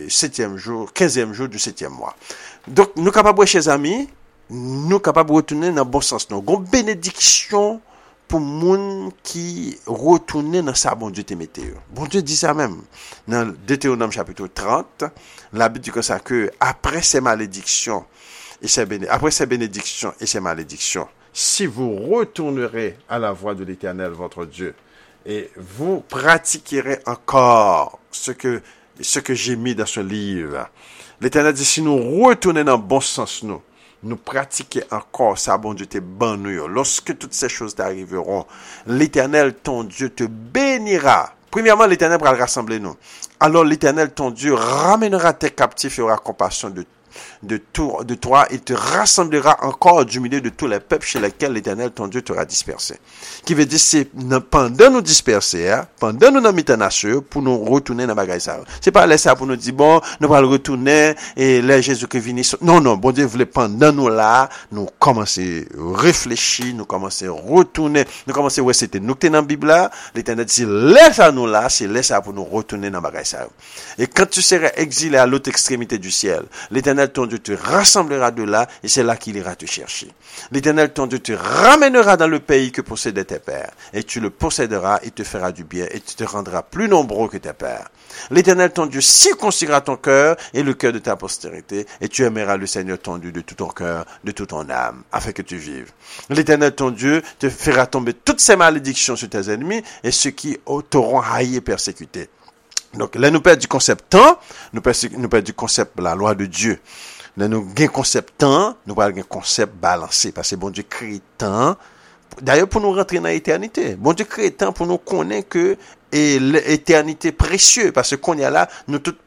A: 7e jour, 15e jour du 7e mois. Donc, nous capables, chers amis, nous capables de retourner dans le bon sens. Nous avons une bénédiction pour moun qui retourne dans sa bon Dieu te mette. Bon Dieu dit ça même. Dans Deutéronome chapitre 30, la Bible dit comme ça que après ces malédictions et ces bénédictions et ces malédictions, si vous retournerez à la voie de l'Éternel votre Dieu et vous pratiquerez encore ce que j'ai mis dans ce livre. L'Éternel dit si nous retournons dans le bon sens nous pratiquer encore ça, bon Dieu te ban nous. Lorsque toutes ces choses t'arriveront, l'Éternel, ton Dieu, te bénira. Premièrement, l'Éternel va rassembler nous. Alors l'Éternel, ton Dieu, ramènera tes captifs et aura compassion de toi, il te rassemblera encore du milieu de tous les peuples chez lesquels l'Éternel, ton Dieu, t'aura dispersé. Qui veut dire, c'est pendant nous disperser, pendant nous dans nation, pour nous retourner dans bagaille ça. C'est pas laisser ça pour nous dire, bon, nous allons retourner, et là, Jésus qui vient. Non, bon Dieu voulait pendant nous là, nous commencer à réfléchir, nous commencer à retourner, nous commencer à c'était nous qui dans la Bible là, l'Éternel dit, laisse à nous là, c'est laisse ça pour nous retourner dans bagaille ça. Et quand tu seras exilé à l'autre extrémité du ciel, l'Éternel, ton Dieu, te rassemblera de là, et c'est là qu'il ira te chercher. L'Éternel, ton Dieu, te ramènera dans le pays que possédaient tes pères, et tu le posséderas, et te fera du bien, et tu te rendras plus nombreux que tes pères. L'Éternel, ton Dieu, circoncira ton cœur, et le cœur de ta postérité, et tu aimeras le Seigneur, ton Dieu, de tout ton cœur, de toute ton âme, afin que tu vives. L'Éternel, ton Dieu, te fera tomber toutes ces malédictions sur tes ennemis, et ceux qui t'auront haï et persécuté. Donc, là, nous perdons du concept temps, nous perdons du concept la loi de Dieu. Là, nous gagnons concept temps, nous avons un concept balancé, parce que bon Dieu crée temps, d'ailleurs, pour nous rentrer dans l'éternité. Bon Dieu crée temps pour nous connaître que, et l'éternité précieuse, parce que qu'on y a là, nous tout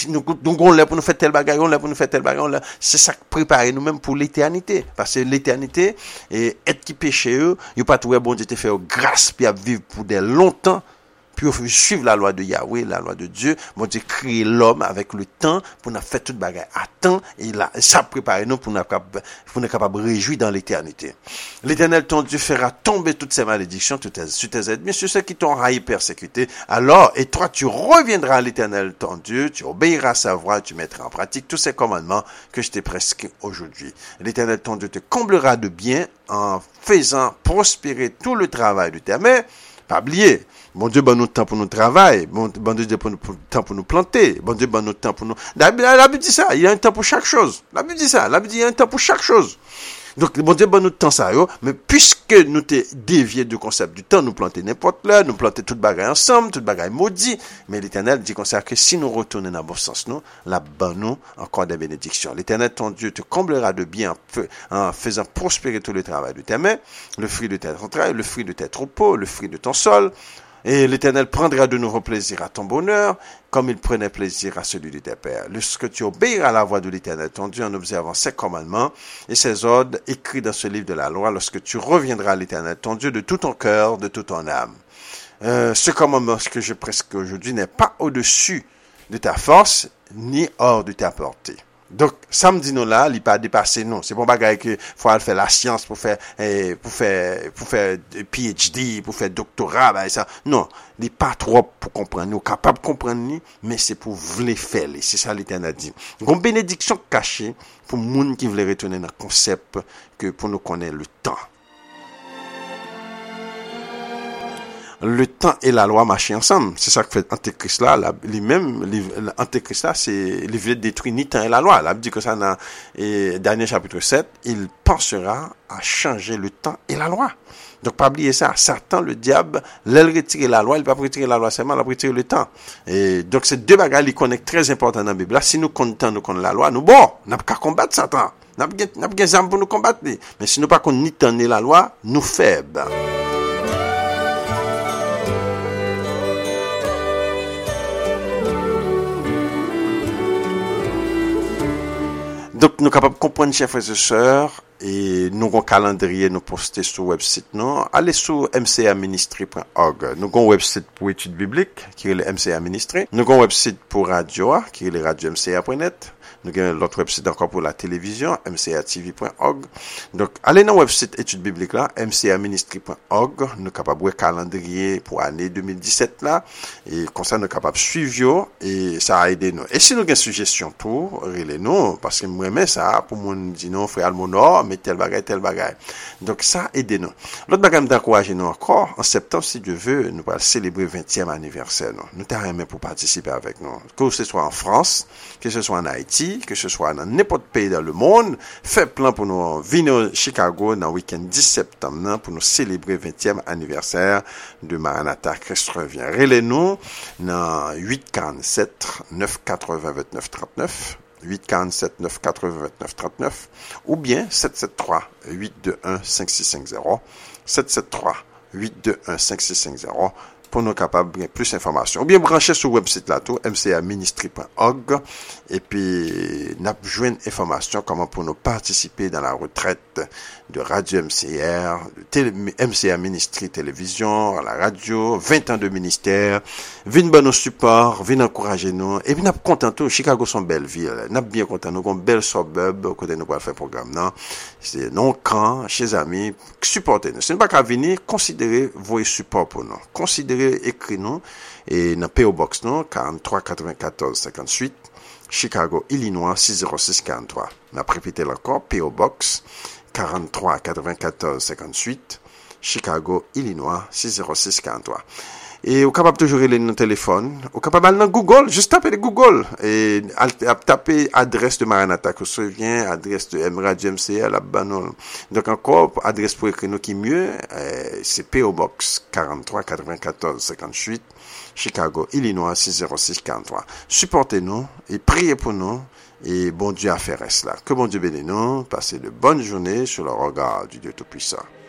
A: on l'a pour nous faire tel bagage, on l'a pour nous faire tel bagage, c'est ça préparer nous-mêmes pour l'éternité. Parce que l'éternité, et être qui péché eux, il pas trouver bon Dieu te faire grâce, puis à vivre pour des longtemps, puis suivre la loi de Yahweh, la loi de Dieu. Bon Dieu créer l'homme avec le temps pour nous faire toute bagaille à temps et là ça prépare nous pour nous capable réjouir dans l'éternité. L'Éternel ton Dieu fera tomber toutes ces malédictions sur tes ennemis, sur ceux qui t'ont haï, persécuté. Alors et toi tu reviendras à l'Éternel ton Dieu, tu obéiras à sa voix, tu mettras en pratique tous ces commandements que je t'ai prescrits aujourd'hui. L'Éternel ton Dieu te comblera de bien en faisant prospérer tout le travail de tes mains. Pas oublier, bon Dieu donne nous temps pour nous travailler, bon Dieu donne nous temps pour nous planter, bon Dieu donne nous temps pour nous. La Bible dit ça, il y a un temps pour chaque chose. La Bible dit ça, la Bible dit il y a un temps pour chaque chose. Donc bon Dieu donne nous temps ça yo, mais puisque nous t'es dévié du concept du temps, nous planter n'importe là, nous planter toute bagaille ensemble, toute bagaille maudit, mais l'Éternel dit comme ça que si nous retournons dans le bon sens nous, la nous encore des bénédictions. L'Éternel ton Dieu te comblera de bien en faisant prospérer tout le travail de tes mains, le fruit de tes entrailles, le fruit de tes troupeaux, le fruit de ton sol. Et l'Éternel prendra de nouveau plaisir à ton bonheur, comme il prenait plaisir à celui de tes pères. Lorsque tu obéiras à la voix de l'Éternel, ton Dieu, en observant ses commandements et ses ordres écrits dans ce livre de la loi, lorsque tu reviendras à l'Éternel, ton Dieu, de tout ton cœur, de toute ton âme. Ce commandement que je prescris aujourd'hui n'est pas au-dessus de ta force, ni hors de ta portée. Donc, samedi nous là, il pas dépasser nous. C'est pas bagaille que faut aller faire la science pour faire PhD, pour faire doctorat, ben ça. Non, il pas trop pour comprendre. Nous capable de comprendre, mais c'est pour vouloir faire. C'est ça l'Éternel dit. Une bénédiction cachée pour monde qui veut retourner dans le concept que pour nous connaître le temps. Le temps et la loi marchent ensemble. C'est ça que fait Antéchrist là. Antéchrist là, il veut détruire ni temps et la loi. Là, il dit que ça dans dernier chapitre 7, il pensera à changer le temps et la loi. Donc, pas oublier ça. Satan, le diable, il retire la loi, il va pas retirer la loi seulement, il va retirer le temps. Et donc, ces deux bagages, ils connaissent très important dans la Bible. Là, si nous comptons, nous connaissons la loi, nous, bon, n'a pas qu'à combattre Satan. N'a pas des armes pour nous combattre. Mais si nous pas connaissons ni temps ni la loi, nous faibles. Donc, nous sommes capables de comprendre, chers frères et sœurs, et nous avons un calendrier, nous poster sur le website, nous. Allez sur mcaministry.org. Nous avons un website pour études bibliques, qui est le MCA Ministry. Nous avons un website pour radio, qui est le radio-mca.net. Nous avons l'autre website encore pour la télévision, mcatv.org. Donc, allez dans le website études bibliques là, mcaministry.org. Nous sommes capables de calendrier pour l'année 2017 là. Et comme ça, nous sommes capables de suivre et ça a aidé nous. Et si nous avons une suggestion pour, relez-nous, parce que moi, mais ça, pour moi, nous disons, frère Almonor, mais tel bagaille. Donc, ça a aidé nous. L'autre bagaille d'encourager nous encore, en septembre, si Dieu veut, nous allons célébrer le 20e anniversaire, nous. Nous t'arrêtons pour participer avec nous. Que ce soit en France, que ce soit en Haïti, que ce soit dans n'importe pays dans le monde, fait plan pour nous venir à Chicago dans le week-end 10 septembre pour nous célébrer le 20e anniversaire de Maranatha Christ revient. Relais-nous dans 847 980 29 39 847 980 29 39 ou bien 773 821 5650 773 821 5650 pour nous capables de plus d'informations. Ou bien brancher sur le website là tout, mcaministry.org, et puis nous joindre information comment pour nous participer dans la retraite de Radio MCR, de MCA Ministry Télévision, à la radio, 20 ans de ministère. Venez bon nos supports, venez encourager nous, et puis nous content tout. Chicago sont belle ville, nous bien content, nous avons une belle suburb, côté nous pour faire programme, non? C'est non camp, chez amis, supportez-nous. Ce n'est pas qu'à venir, considérez vos supports pour nous. Considérez écris-nous et dans PO Box nous 43 94 58 Chicago Illinois 60643. N'a répété encore PO Box 43 94 58 Chicago Illinois 60643. Et vous capable toujours aller dans téléphone, vous capable aller dans Google, juste taper Google et taper adresse de Maranatha que ça vient, adresse de Radio MCA là-bas. Donc encore adresse pour écrire nous qui mieux, c'est PO Box 43 94 58 Chicago Illinois 60643. Supportez-nous et priez pour nous et bon Dieu a fait cela. Que bon Dieu bénisse nous, passez de bonnes journées sur le regard du Dieu Tout-Puissant.